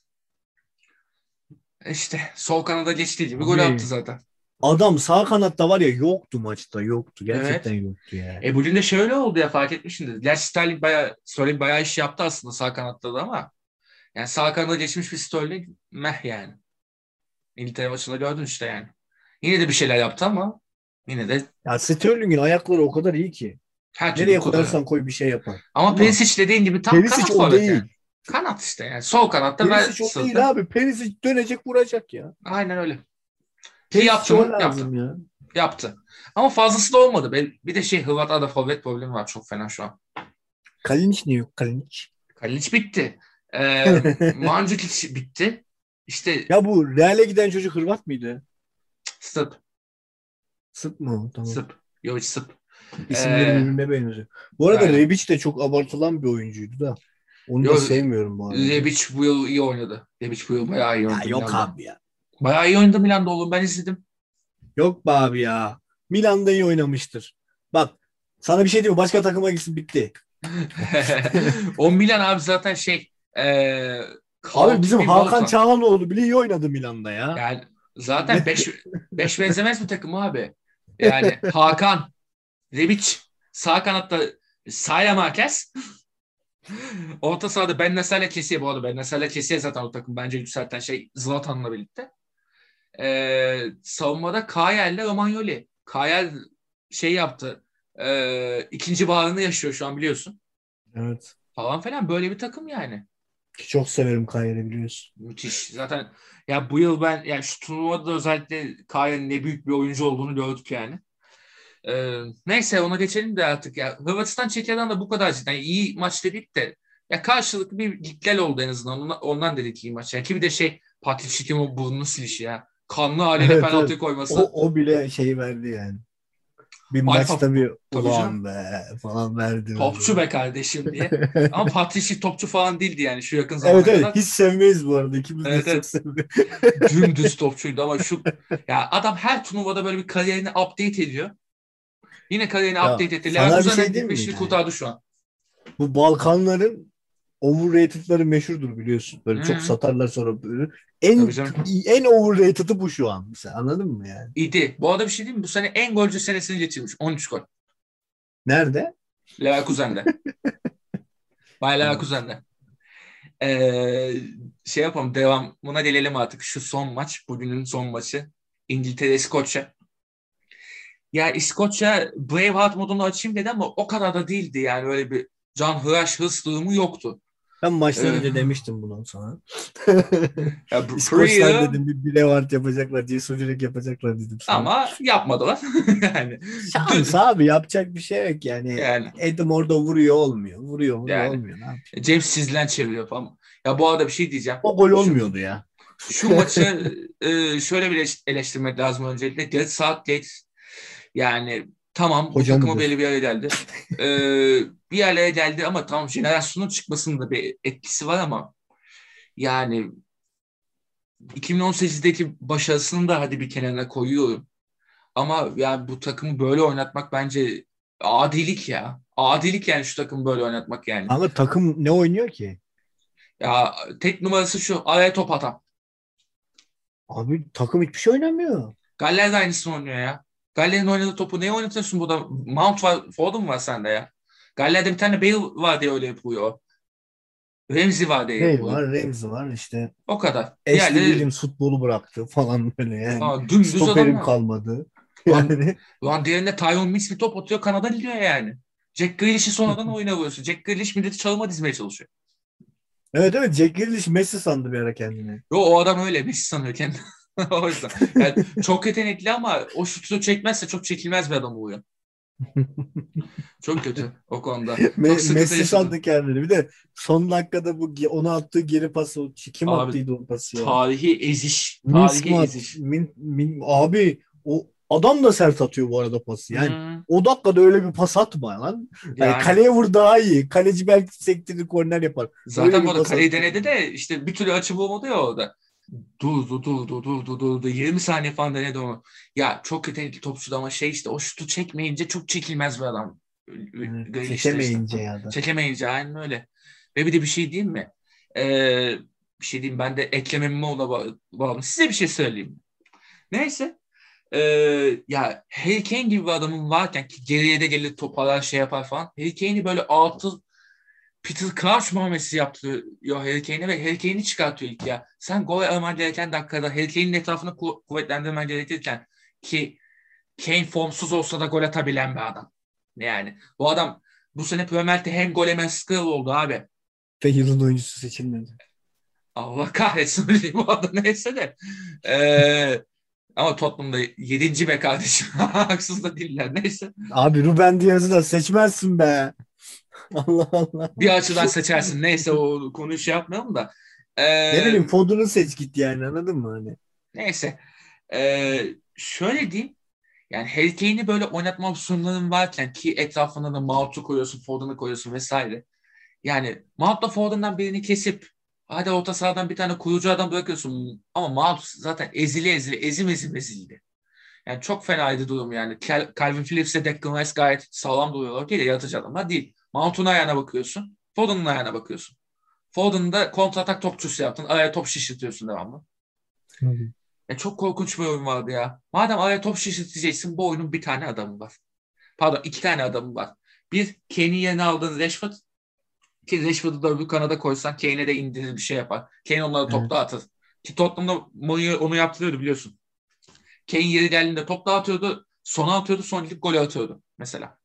İşte sol kanada geçtiği gibi gol attı Abi zaten. adam sağ kanatta var ya, yoktu maçta, yoktu. Gerçekten Evet. yoktu ya. E bugün de şöyle oldu ya fark etmişsindir. Gerçi Sterling bayağı, Sterling bayağı iş yaptı aslında sağ kanatta da ama yani sağ kanada geçmiş bir Sterling meh yani. İngiltere maçında gördün işte yani. Yine de bir şeyler yaptı ama yine de Ya Sterling'in ayakları o kadar iyi ki. her türlü Nereye kullanıyor. koyarsan koy bir şey yapar. Ama Ama Perisic dediğin gibi tam Perisic kanat o forvet yani. değil. Kanat işte yani. Sol kanatta ve Perisic o sırtı. değil abi. Perisic dönecek, vuracak ya. Aynen öyle. Ki Perisic yaptı o mı? Yaptı. lazım ya. Yaptı. Ama fazlası da olmadı. Bir bir de şey Hırvatlarda forvet problemi var çok fena şu an. Kalinic ne yok, Kalinic? Kalinic bitti. Ee, Mandzukic bitti. İşte Ya bu Real'e giden çocuk Hırvat mıydı? Sırp. Sırp mı o? Tamam. Sırp. Jovic Sırp. İsimleri Ee, birbirine benziyor. Bu arada aynen. Rebic de çok abartılan bir oyuncuydu da. Onu da Yo, sevmiyorum bu arada. Rebic bu yıl iyi oynadı. Rebic bu yıl bayağı iyi Ya oynadı yok Milan'da. abi ya. Bayağı iyi oynadı Milan'da oğlum. Ben izledim. Yok be abi ya. Milan'da iyi oynamıştır. Bak sana bir şey diyeyim mi? Başka takıma gitsin, bitti. O Milan abi zaten şey ee, Abi bizim kaotik bir Hakan volkan. Çağlanoğlu bile iyi oynadı Milan'da ya. Yani zaten beş beş benzemez bir takım abi. Yani Hakan, Rebic, sağ kanatta Saya Marquez, orta sahada Ben Nasser'le Kessié bu arada. Ben Nasser'le Kessié zaten o takım bence yükselten şey Zlatan'la birlikte. Ee, savunmada Kayer'le Romagnoli. Kayer şey yaptı. E, ikinci baharını yaşıyor şu an biliyorsun. Evet. Falan falan böyle bir takım yani. Ki çok severim Kayer'i, biliyorsun. Müthiş. Zaten ya bu yıl ben yani şu turnuvada da özellikle Kayer'in ne büyük bir oyuncu olduğunu gördük yani. Ee, neyse ona geçelim de artık ya. Hırvatistan Çekya'dan da bu kadar cidden yani iyi maç dedik de ya karşılıklı bir gitgel oldu en azından. Ondan, ondan dedik iyi maç. Yani ki bir de şey Patrick Schick'in o burnunu silişi ya. Kanlı haliyle Evet, evet. penaltıyı koyması. O, o bile şey verdi yani. Bir Alfa maçta bir tabii canım. ulan be falan verdi Topçu böyle. be kardeşim diye. Ama Patrick topçu falan değildi yani şu yakın Evet zamana evet, kadar. hiç sevmeyiz bu arada. İkimiz de Evet çok evet. sevmiyoruz. Dümdüz topçuydu ama şu ya adam her turnuvada böyle bir kariyerini update ediyor. Yine kariyerini Ya update etti. sana bir Leverkusen'den şey diyeyim mi gitmiş yani? kurtardı şu an. Bu Balkanların overrated'ları meşhurdur biliyorsun. Böyle çok Hı, satarlar sonra böyle. tabii En canım. en overrated'ı bu şu an. Mesela anladın mı yani? İdi. Bu arada bir şey diyeyim mi? Bu sene en golcü senesini geçirmiş. on üç gol. Nerede? Leverkusen'de. Bayer Evet. Leverkusen'de. Ee, şey yapalım. Devamına gelelim artık. Şu son maç. Bugünün son maçı. İngiltere-İskoçya. Ya İskoçya Braveheart modunu açayım dedi ama o kadar da değildi yani. Öyle bir can hıraş hırs durumu yoktu. Ben maçtan Ee, önce demiştim bundan sonra. ya İskoçlar Prue dedim, bir Bilevart yapacaklar, Cesur yapacaklar dedim sana. ama yapmadılar. Yani Şans dü- abi, yapacak bir şey yok yani. yani Adam orada vuruyor olmuyor. Vuruyor vuruyor yani olmuyor. Ne yapayım? James Sizlen çeviriyor falan. Ya bu arada bir şey diyeceğim. O gol Şu olmuyordu ya. şu maçı e, şöyle bir eleş- eleştirmek lazım öncelikle. Gareth Southgate yani tamam bu Hoca takımı belli mıdır? bir yere geldi. E, bir yerlere geldi ama tamam jenerasyonun çıkmasında bir etkisi var ama yani iki bin on sekizdeki başarısını da hadi bir kenara koyuyorum. Ama yani bu takımı böyle oynatmak bence adilik ya. Adilik yani şu takımı böyle oynatmak yani. Ama takım ne oynuyor ki? Ya tek numarası şu araya top atan. Abi takım hiçbir şey oynamıyor. Galler de aynısını oynuyor ya. Galler'in oynadığı topu neye oynatıyorsun burada? Mount var, Foden var sende ya. Galler'de bir tane Bale var diye öyle yapıyor. Ramsey var diye Bale yapıyor. var, Ramsey var işte. O kadar. Ashley Diğerleri Williams futbolu bıraktı falan böyle yani. aa, dümdüz Stoperim adamlar. kalmadı. Lan, Yani lan diğerinde Tyrone Mings bir top atıyor Kanada gidiyor yani. Jack Grealish'i sonradan oyuna vuruyorsun. Jack Grealish milleti çalıma dizmeye çalışıyor. evet evet, Jack Grealish Messi sandı bir ara kendini. Yo o adam öyle Messi sanıyor kendini. O yüzden. Yani çok yetenekli ama o şutu çekmezse çok çekilmez bir adam oluyor. Çok kötü o konuda. Çok Me- sıkıntı Messi yaşadı. sandı kendini. Bir de son dakikada bu ge- ona attığı geri pası, o- kim Abi attıydı o pası ya? tarihi eziş. Minsk Tarihi mi at? eziş. Min, Min- abi o adam da sert atıyor bu arada pası. Yani Hmm, o dakikada öyle bir pas atma lan. Yani yani kaleye vur daha iyi. Kaleci belki sektirir, korner yapar. Öyle zaten bu bir arada pas kaleyi atıyor. denedi de işte bir türlü açı bulamadı ya orada. Durdu durdu durdu durdu. yirmi saniye falan denedi onu. Ya çok yetenekli topçu da ama şey işte o şutu çekmeyince çok çekilmez bir adam. Yani Grealish'te işte. çekemeyince ya da. Çekemeyince aynen öyle. Ve bir de bir şey diyeyim mi? Ee, bir şey diyeyim ben de eklememi ona ba- bağlı. Size bir şey söyleyeyim. Neyse. Ee, ya Harry Kane gibi bir adamın varken ki geriye de gelir toparlar şey yapar falan. Harry Kane'i böyle altı Peter Crouch muamelesi yaptırıyor Harry Kane'e ve Harry Kane'i çıkartıyor ilk ya. Sen gol araman gereken dakikada Harry Kane'in etrafını ku- kuvvetlendirmen gerekirken ki Kane formsuz olsa da gol atabilen bir adam. Yani bu adam bu sene Premier Lig'de hem gol hem skill oldu abi. Ve yılın oyuncusu seçilmedi. Allah kahretsin öyle bu adı neyse de. Ee, ama Tottenham'da yedinci be kardeşim. Haksız da değiller. Neyse. Abi Ruben Dias'ı da seçmezsin be. Allah Allah. Bir açıdan seçersin. Neyse o konuyu şey yapmayalım da. Ne Ee, bileyim, Foden'u seç git yani, anladın mı hani? neyse. Ee, şöyle diyeyim. Yani Harry Kane'i böyle oynatma opsiyonların varken ki etrafına da Mount'u koyuyorsun, Foden'ı koyuyorsun vesaire. Yani Mount'la Foden'dan birini kesip hadi orta sahadan bir tane kuyucu adam bırakıyorsun. Ama Mount zaten ezili ezili, ezim ezim ezildi. Yani çok fenaydı durum yani. Cal- Calvin Phillips ile Declan Rice gayet sağlam duruyorlar. Okey de yaratıcı adamlar değil. Mount'un ayağına bakıyorsun. Foden'ın ayağına bakıyorsun. Foden'da kontratak topçusu yaptın. Araya top şişirtiyorsun devamlı. Hı. Ya çok korkunç bir oyun vardı ya. Madem araya top şişirteceksin bu oyunun bir tane adamı var. Pardon iki tane adamı var. Bir Kane'in yerine aldığın Rashford. Ki Rashford'u da öbür kanada koysan Kane'e de indirir bir şey yapar. Kane onlara top Evet. dağıtır. Ki Tottenham'da Mourinho onu yaptırıyordu biliyorsun. Kane yeri geldiğinde top dağıtıyordu. Sona atıyordu. Son gidip golü atıyordu mesela.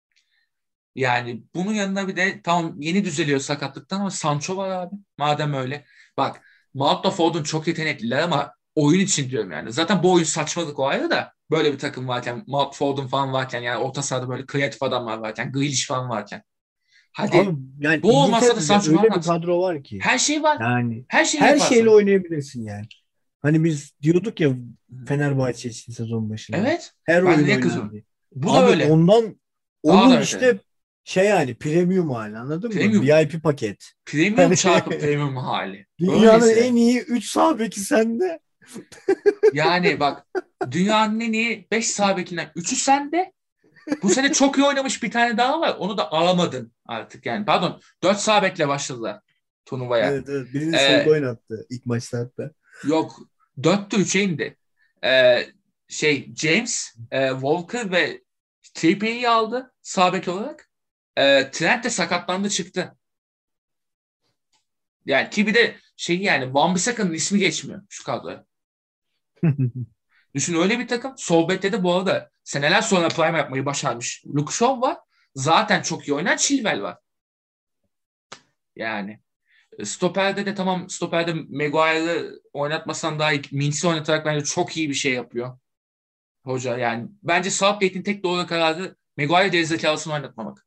Yani bunun yanında bir de tamam yeni düzeliyor sakatlıktan ama Sancho var abi. Madem öyle. Bak Mount'la Foden çok yetenekliler ama oyun için diyorum yani. Zaten bu oyun saçmalık o ayrı da. Böyle bir takım varken, Mount, Foden falan varken yani orta sahada böyle kreatif adamlar varken, Grealish falan varken. Abi Hadi yani bu olmasa da İngiltere'de de Sancho falan öyle bir at. kadro var ki. Her şey var. Yani Her şeyi her şeyle yaparsın. oynayabilirsin yani. Hani biz diyorduk ya Fenerbahçe için sezon başında. Evet. Her Ben oyun niye oynar kızıyorum? diye. Bu da Abi öyle. ondan Daha da onun öyle. işte şey yani premium hali anladın mı? Premium. V I P paket. Premium Hani çarpı premium hali. dünyanın en Öylesi. iyi üç sağ beki sende. Yani bak, dünyanın en iyi beş sağ bekinden üçü sende. Bu sene çok iyi oynamış bir tane daha var. Onu da alamadın artık yani. Pardon, dört sağ bekle başladılar turnuvaya. Evet evet. Birini solda Ee, oynattı ilk maçta hatta. yok, dörtte üçe indi. Ee, şey James, e, Walker ve Trippier'i aldı sağ bek olarak. Ee, Trent de sakatlandı çıktı. Yani ki bir de şey yani Wan-Bissaka'nın ismi geçmiyor şu kadroya. Düşün, öyle bir takım. Sol bekte de bu arada seneler sonra prime yapmayı başarmış Luke Shaw var. Zaten çok iyi oynayan Chilwell var. Yani e, stoperde de tamam, stoperde Maguire'ı oynatmasan daha iyi. Minx'i oynatarak bence çok iyi bir şey yapıyor hoca. Yani bence Southgate'in tek doğru kararı Maguire gerizekalısını oynatmamak.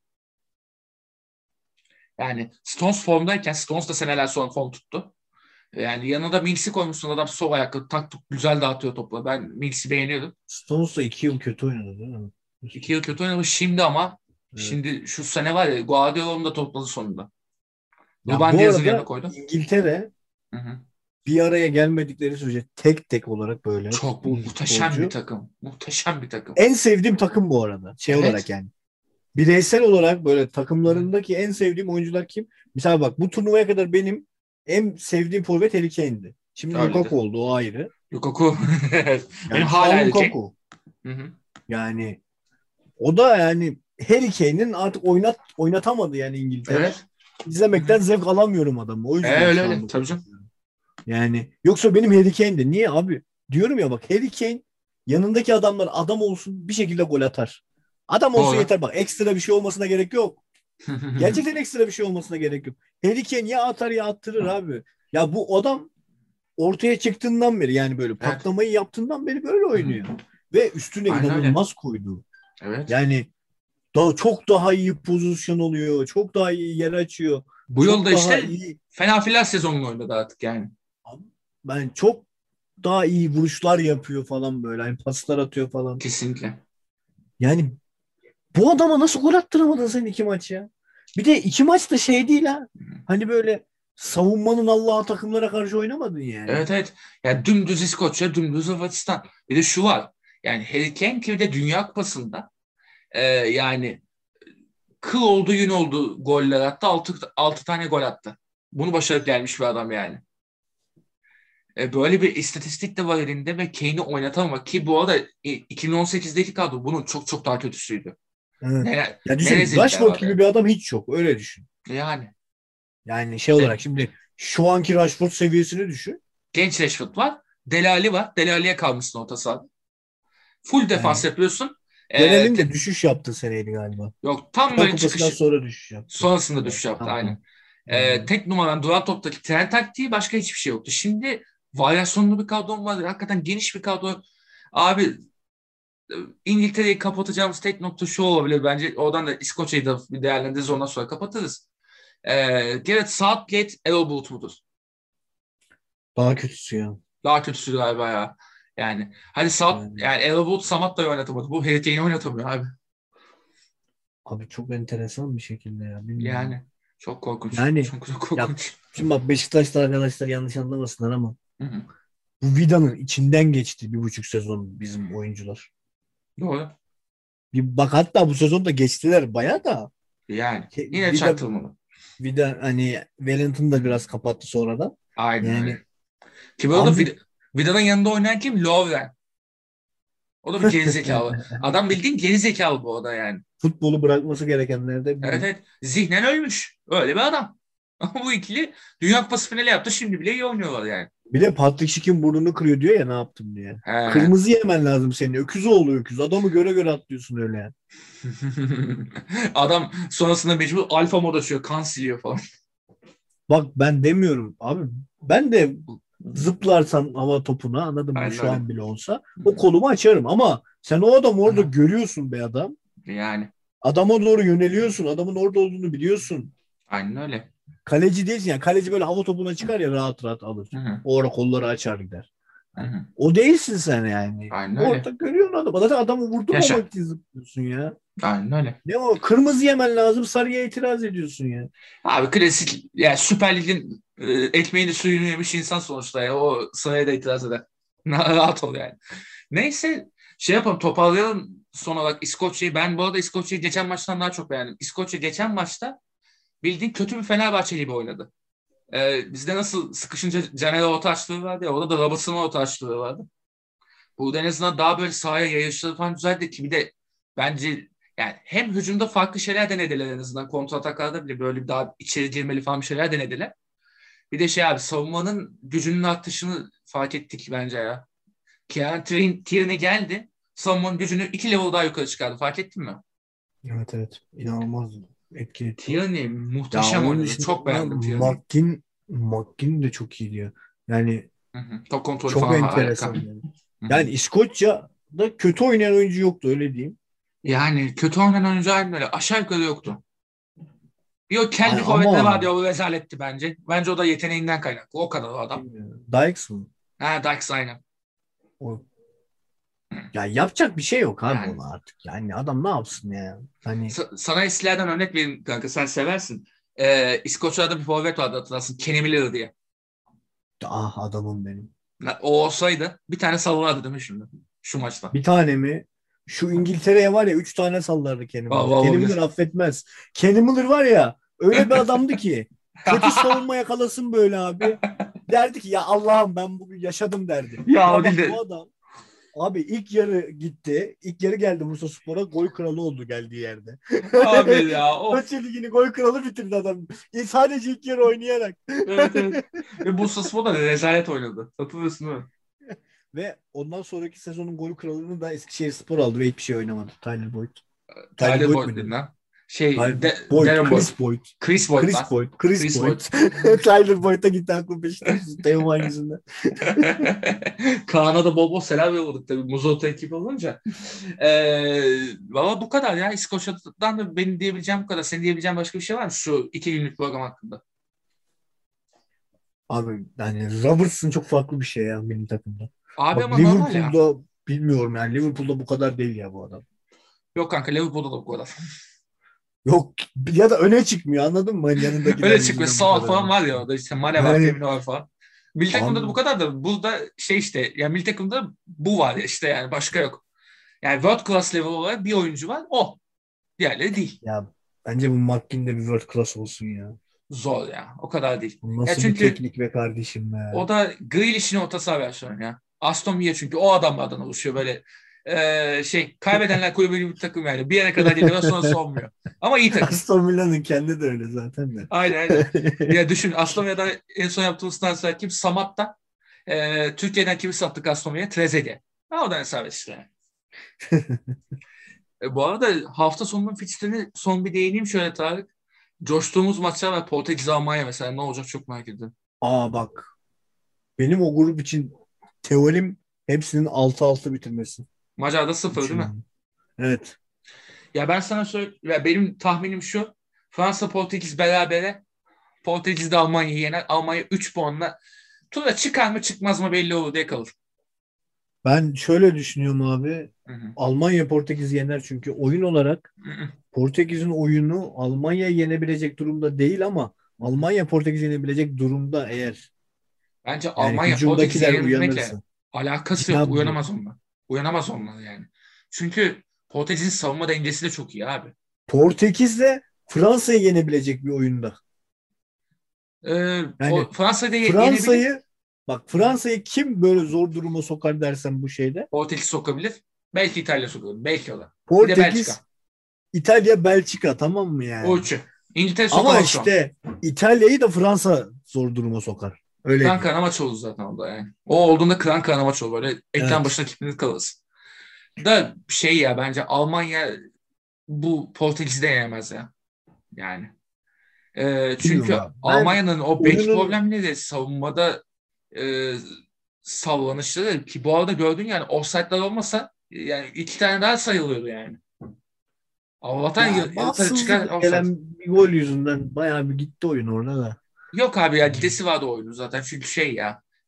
Yani Stones formdayken, Stones da seneler sonra form tuttu. Yani yanına Minx'i koymuşsun, adam sol ayaklı tak tuk güzel dağıtıyor topla. Ben Minx'i beğeniyordum. Stones da iki yıl kötü oynadı değil mi? İki yıl kötü oynamış şimdi ama Evet. şimdi şu sene var ya, Guardiola'nı da topladı sonunda. Ya Ruben bu Dias'ın yanına arada koydu. İngiltere Hı hı. bir araya gelmedikleri sürece tek tek olarak böyle Çok futbolcu muhteşem bir futbolcu. takım. Muhteşem bir takım. En sevdiğim takım bu arada. Şey olarak Evet. yani. Bireysel olarak böyle Hı hı. takımlarındaki en sevdiğim oyuncular kim? Mesela bak bu turnuvaya kadar benim en sevdiğim forvet Harry Kane'di. Şimdi Öyledir. Lukaku oldu o ayrı. Lukaku. Benim Yani şu hala an erken. Lukaku. Hı hı. Yani o da yani Harry Kane'in artık oynat oynatamadı yani İngiltere. Evet. Hı hı. İzlemekten zevk alamıyorum adamı. O E, yüzden öyle şu an öyle. Tabii Lukaku. canım. Yani yoksa benim Harry Kane'di. Niye abi? Diyorum ya bak Harry Kane yanındaki adamlar adam olsun bir şekilde gol atar. Adam olsun Doğru. yeter bak. Ekstra bir şey olmasına gerek yok. Gerçekten ekstra bir şey olmasına gerek yok. Harry Kane ya atar ya attırır abi. Ya bu adam ortaya çıktığından beri yani böyle Evet. patlamayı yaptığından beri böyle Hı hı. oynuyor. Ve üstüne Aynen öyle. inanılmaz koydu. Evet. Yani daha çok daha iyi pozisyon oluyor. Çok daha iyi yer açıyor. Bu Çok yolda daha işte iyi. fena filan sezonunu oynadı artık yani. Ben çok daha iyi vuruşlar yapıyor falan böyle. Hani paslar atıyor falan. Kesinlikle. Yani bu adama nasıl gol attıramadın sen iki maç ya? Bir de iki maç da şey değil ha. Hı hı. Hani böyle savunmanın Allah'a takımlara karşı oynamadın yani. Evet evet. Yani dümdüz İskoçya, dümdüz Hırvatistan. Bir de şu var. Yani Harry Kane ki bir de Dünya Kupası'nda e, yani kıl oldu yün oldu goller attı. Altı, altı tane gol attı. Bunu başarıp gelmiş bir adam yani. E, böyle bir istatistik de var elinde ve Kane'i oynatamamak ki bu arada e, iki bin on sekizdeki kadro bunun çok çok daha kötüsüydü. Evet. Ne, Ya ne düşün rezillikler Rashford vardı gibi yani. bir adam hiç yok. Öyle düşün. Yani Yani şey işte olarak şimdi şu anki Rashford seviyesini düşün. genç Rashford var. Delali var. Delali'ye kalmışsın orta sahada. Full defans Yani yapıyorsun. E, Delal'in te- de düşüş yaptı seneydi galiba. yok, tam Dünya böyle Kupası'ndan çıkış sonra düşüş yaptı. sonrasında Evet, düşüş yaptı tamam. aynen. E, Anladım. tek numaran duran toptaki tren taktiği, başka hiçbir şey yoktu. Şimdi varyasyonlu bir kadron var. Hakikaten geniş bir kadro. Abi İngiltere'yi kapatacağımız tek nokta şu olabilir bence. Oradan da İskoçya'yı da bir değerlendiririz, ondan sonra kapatırız. Ee, Gareth Southgate, Erol Bulut mudur? Daha kötüsü ya. Daha kötüsü galiba ya. Yani hadi South, Yani yani Erol Bulut Samatta'yı oynatamadı. Bu Harry Kane'i oynatamıyor abi. abi çok enteresan bir şekilde ya bilmiyorum. Yani çok korkunç. Yani Çok çok ya korkunç. şimdi bak Beşiktaşlı arkadaşlar yanlış anlamasınlar ama Hı hı. bu Vida'nın içinden geçti bir buçuk sezon bizim oyuncular. Doğru. Bir bak hatta bu sezon da geçtiler baya da. Yani Ke- yine Vida çaktırmadı. Vida hani Wellington Hı da hı. biraz kapattı sonradan. Aynen öyle. Yani Ki bu arada abi Vid- Vida'nın yanında oynayan kim? Lovren. O da bir gerizekalı. Adam bildiğin gerizekalı bu arada yani. futbolu bırakması gerekenlerden Evet biri. evet. Zihnen ölmüş. Öyle bir adam. Ama bu ikili Dünya Kupası finali yaptı. Şimdi bile iyi oynuyorlar yani. Bir de Patrick Schick'in burnunu kırıyor diyor ya ne yaptım diye. He. Kırmızı yemen lazım senin. Öküz oğlu öküz. Adamı göre göre atlıyorsun öyle yani. Adam sonrasında mecbur alfa mod açıyor. Kan siliyor falan. Bak ben demiyorum abi. Ben de zıplarsam hava topuna anladın mı Aynen şu öyle. an bile olsa o kolumu açarım ama sen o adamı orada Aha. görüyorsun be adam. Yani. Adama doğru yöneliyorsun. Adamın orada olduğunu biliyorsun. Aynen öyle. Kaleci değilsin yani. Kaleci böyle hava topuna çıkar ya rahat rahat alır. Hı hı. O ara kolları açar gider. Hı hı. O değilsin sen yani. Aynen öyle. Orada görüyorsun adamı. Zaten adamı Yaşa. vurdurmamak için zıplıyorsun ya. Aynen öyle. Ne o? Kırmızı yemen lazım. Sarıya itiraz ediyorsun ya. Abi klasik yani Süper Lig'in e, ekmeğini suyunu yemiş insan sonuçta ya. O sıraya da itiraz eder. Rahat ol yani. Neyse şey yapalım toparlayalım son olarak İskoçya'yı. Ben bu arada İskoçya'yı geçen maçtan daha çok beğendim. İskoçya geçen maçta bildiğin kötü bir Fenerbahçe gibi oynadı. Ee, bizde nasıl sıkışınca Caner'e orta açlığı vardı ya. Orada da Robertson'a orta açlığı vardı. Burada en azından daha böyle sahaya yayışları falan güzeldi ki bir de bence yani hem hücumda farklı şeyler denediler en azından kontrataklarda bile böyle daha içeri girmeli falan bir şeyler denediler. Bir de şey abi savunmanın gücünün artışını fark ettik bence ya. Kieran Tierney geldi. Savunmanın gücünü iki level daha yukarı çıkardı. Fark ettin mi? Evet evet. İnanılmaz etkili. Tierney Ya muhteşem onun oynadı. dışında Çok beğendim Tierney'i. McGinn McGinn de çok iyi diyor. Yani Hı hı. Top kontrolü çok falan harika. enteresan yani. Hı hı. Yani İskoçya'da kötü oynayan oyuncu yoktu öyle diyeyim. Yani kötü oynayan oyuncu harbiden öyle. Aşağı yukarı yoktu. Bir o kel Ay, bir forvetleri ama vardı ya o rezaletti bence. Bence o da yeteneğinden kaynaklı. O kadar o adam. bilmiyorum. Dykes mı? Ha Dykes aynen. O, ya yapacak bir şey yok abi Yani ona artık. Yani adam ne yapsın ya? Hani sa- sana eskilerden örnek vereyim kanka sen seversin. Ee, İskoçya'da bir forvet vardı hatırlarsın. Kenny Miller diye. ah adamım benim. Na- O olsaydı bir tane sallardı değil mi şimdi? Şu maçta. Bir tane mi? Şu İngiltere'ye var ya üç tane sallardı Kenny Miller. Vallahi Kenny Miller olabilir. affetmez. Kenny Miller var ya öyle bir adamdı ki kötü savunma yakalasın böyle abi. Derdi ki ya Allah'ım ben bugün yaşadım derdi. Ya o Ya değil bak bu de adam abi ilk yarı gitti. İlk yarı geldi Bursaspor'a gol kralı oldu geldiği yerde. abi ya of. Koç Ligi'ni gol kralı bitirdi adam. E, sadece ilk yarı oynayarak. Evet evet. Ve Bursaspor da rezalet oynadı. Hatırlıyorsun değil mi? Ve ondan sonraki sezonun gol kralını da Eskişehirspor aldı ve hiçbir şey oynamadı. Tyler Boyd. Tyler Tyler Boyd Boyd muydu? dedin ha. Şey Tyler de, Boyd, Darren Boyd. Chris Boyd. Chris Boyd lan. Chris Boyd, Chris Chris Boyd. Boyd. Tyler Boyd'a gitti aklı Beşiktaş. Teoman yüzünden. Kaan'a da bol bol selam yolladık tabii Muzota ekibi olunca. Ee, valla bu kadar ya. İskoçya'dan da benim diyebileceğim bu kadar. Senin diyebileceğin başka bir şey var mı şu iki günlük program hakkında? Abi yani Robertson çok farklı bir şey ya benim takımda. Abi Bak ama normal ya. Liverpool'da bilmiyorum yani Liverpool'da bu kadar değil ya bu adam. Yok kanka Liverpool'da da bu kadar. Yok ya da öne çıkmıyor anladın mı? Hani yanındakiler Öyle çıkıyor. yüzünden bu Salah kadar falan öne var ya çıkıyor. orada işte Mane var, Yani Firmino var falan. Milli takımda da bu abi, kadar da burada şey işte yani milli takımda bu var ya işte yani başka yok. Yani world class level olarak bir oyuncu var o. Diğerleri değil. ya bence bu McGinn de bir world class olsun ya. Zor ya. O kadar değil. Bu Ya nasıl bir çünkü teknik be kardeşim o be. da Grealish'in orta saha versiyonu ya. Aston Villa çünkü o adamlardan oluşuyor böyle e, şey kaybedenler kulübü gibi bir takım yani. Bir yere kadar geliyor sonra sonmuyor. Ama iyi takım. Aston Villa'nın kendi de öyle zaten de. Aynen aynen. Ya düşün Aston Villa'da en son yaptığımız transfer kim? Samat'ta. E, Türkiye'den kimi sattık Aston Villa'ya? Trezeguet. Ha, o da hesap işte. Yani. E, bu arada hafta sonunun fikstürüne son bir değineyim şöyle Tarık. Coştuğumuz maçlar var. Portekiz Almanya mesela ne olacak çok merak ediyorum. Aa bak benim o grup için teorim hepsinin altı altı bitirmesi. Macar'da sıfır değil mi? Üçünün. Evet. Ya ben sana söyle, ya benim tahminim şu. Fransa Portekiz berabere. Portekiz de Almanya'yı yener. Almanya üç puanla tura çıkar mı çıkmaz mı belli olur diye kalır. Ben şöyle düşünüyorum abi. Hı hı. Almanya Portekiz'i yener çünkü oyun olarak Hı hı. Portekiz'in oyunu Almanya'yı yenebilecek durumda değil ama Hı hı. Almanya Portekiz'i yenebilecek durumda eğer Bence yani Almanya Portekiz'i hücumdakiler yenebilmekle uyanırsa. alakası yok. Ya bu Uyanamaz onlar. Uyanamaz onlar yani. Çünkü Portekiz'in savunma dengesi de çok iyi abi. Portekiz'le Fransa'yı yenebilecek bir oyunda. Ee, Yani o Fransa'yı da ye- yenebilir. Fransa'yı bak Fransa'yı kim böyle zor duruma sokar dersen bu şeyde. Portekiz sokabilir. Belki İtalya sokabilir. Belki o da. Bir de Portekiz, Belçika. İtalya, Belçika tamam mı O yani? üçü. İngiltere Ama sokamaz şu an. işte İtalya'yı da Fransa zor duruma sokar. Öyle Kıran diyeyim. kanamaç olur zaten orada yani. O olduğunda kıran kanamaç olur. Böyle ekran Evet. başına kilitlenir kalırsın. Da şey ya bence Almanya bu Portekiz'i de yenemez ya. Yani. Ee, Bilmiyorum çünkü abi. Ben Almanya'nın o bek oyunun problemleri savunmada e, sallanışları ki bu arada gördün yani offside'lar olmasa yani iki tane daha sayılıyordu yani. Allah'tan ya y- yukarı çıkar bahtsızlık offside. gelen bir gol yüzünden bayağı bir gitti oyun orada da. Yok abi ya gidesi vardı oyunu zaten çünkü şey ya.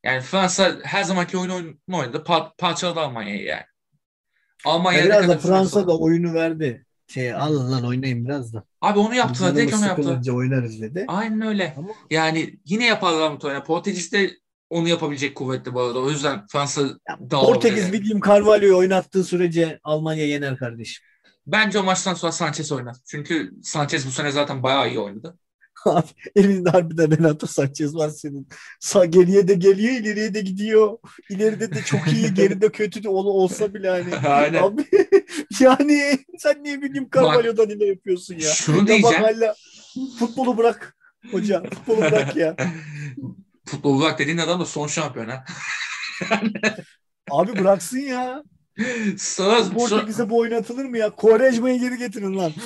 Yani Fransa her zamanki oyunu oyun- oynadı. Pa- parçaladı Almanya'yı yani. Ya Almanya ne biraz da kadar düşünüyorsa Fransa da. da oyunu verdi. Şey Hı hı. alın lan oynayın biraz da. Abi onu Biz yaptılar. Direkt canımız onu yaptılar. sıkılınca oynarız dedi. Aynen öyle. Ama Yani yine yaparlar muhtemelen. Portekiz de onu yapabilecek kuvvetli bu arada. O yüzden Fransa ya, dağılabilir Portekiz yani. William Carvalho'yu oynattığı sürece Almanya yener kardeşim. Bence o maçtan sonra Sanchez oynar. Çünkü Sanchez bu sene zaten bayağı iyi oynadı. Abi, elinde harbiden Renato Sanchez var senin. Sağ geriye de geliyor, ileriye de gidiyor. İleride de çok iyi, geride kötü de onu olsa bile hani. Aynen. Abi yani sen niye William Bak Carvalho'dan ile yapıyorsun ya? şunu Ya bak diyeceğim. hala futbolu bırak hoca. Futbolu bırak ya. Futbol bırak dediğin adam da son şampiyon ha. Abi bıraksın ya. Bu Sana, şu... Portekiz'e bu oynatılır mı ya? Quaresma'yı geri getirin lan.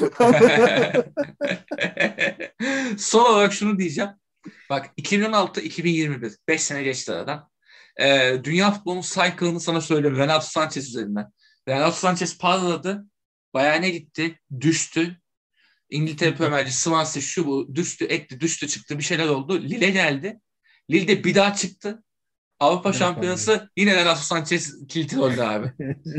Son olarak şunu diyeceğim. Bak iki bin on altı iki bin yirmi bir beş sene geçti aradan. Ee, dünya futbolunun cycle'ını sana söylüyorum. Renato Sanchez üzerinden. Renato Sanchez parladı. Bayern'e gitti. Düştü. İngiltere Premier Ligi, Swansea şu bu düştü, ekti, düştü, çıktı bir şeyler oldu. Lille geldi. Lille'de bir daha çıktı. Avrupa Ne yapalım? Şampiyonası yine Renato Sanchez kilitli oldu abi.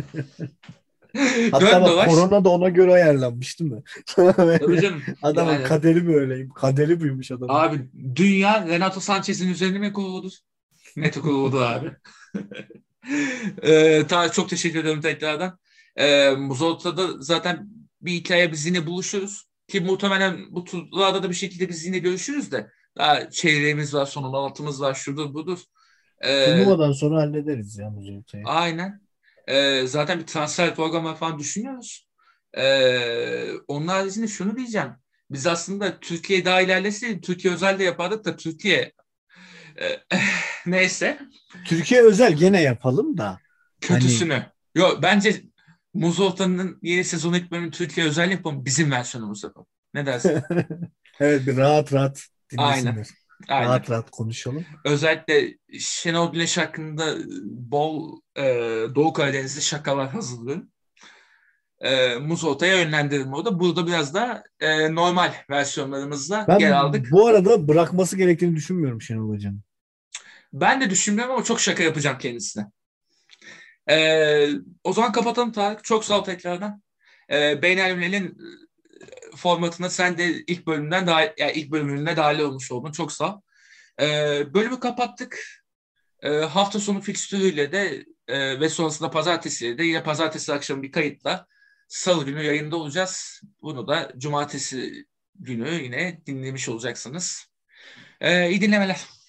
Hatta Dön bak dolaş. korona da ona göre ayarlanmış değil mi? Tabii canım. Adamın Yani kaderi mi öyleyim? Kaderi buymuş adamın. abi dünya Renato Sanchez'in üzerine mi kuruldu? Ne kuruldu abi. ee, ta, çok teşekkür ederim tekrardan. Ee, Muzolta'da zaten bir hikaye biz yine buluşuruz. Ki muhtemelen bu turlarda da bir şekilde biz yine görüşürüz de. Daha çeyreğimiz var, son on altımız var, şudur budur. Ee, Turnuvadan sonra hallederiz ya Muzulta'yı. aynen. Ee, zaten bir transfer programı falan düşünüyoruz. Ee, onun haricinde şunu diyeceğim. Biz aslında Türkiye daha ilerleseydik, Türkiye özel de yapardık da Türkiye e, neyse Türkiye özel gene yapalım da hani kötüsünü. Yok bence Muzolta'nın yeni sezonu ilk bölümü Türkiye özel yapalım. Bizim versiyonumuz yapalım. Ne dersin? evet bir rahat rahat Aynen. dinlesinler. Aynen. Rahat rahat konuşalım. Özellikle Şenol Güneş hakkında bol e, Doğu Karadeniz'de şakalar hazırlıyorum. E, Muzolta'ya yönlendirilme o da. Burada biraz da e, normal versiyonlarımızla Ben yer aldık. bu arada bırakması gerektiğini düşünmüyorum Şenol Hoca'nın. Ben de düşünmüyorum ama çok şaka yapacağım kendisine. E, o zaman kapatalım Tarık. Çok sağ ol tekrardan. E, Beynelmile'nin formatına sen de ilk bölümden daha yani ilk bölümüne dahil olmuş oldun. Çok sağ ol. Ee, bölümü kapattık. Ee, hafta sonu fikstürüyle de e, ve sonrasında pazartesiyle de yine pazartesi akşamı bir kayıtla salı günü yayında olacağız. Bunu da cumartesi günü yine dinlemiş olacaksınız. Ee, iyi dinlemeler.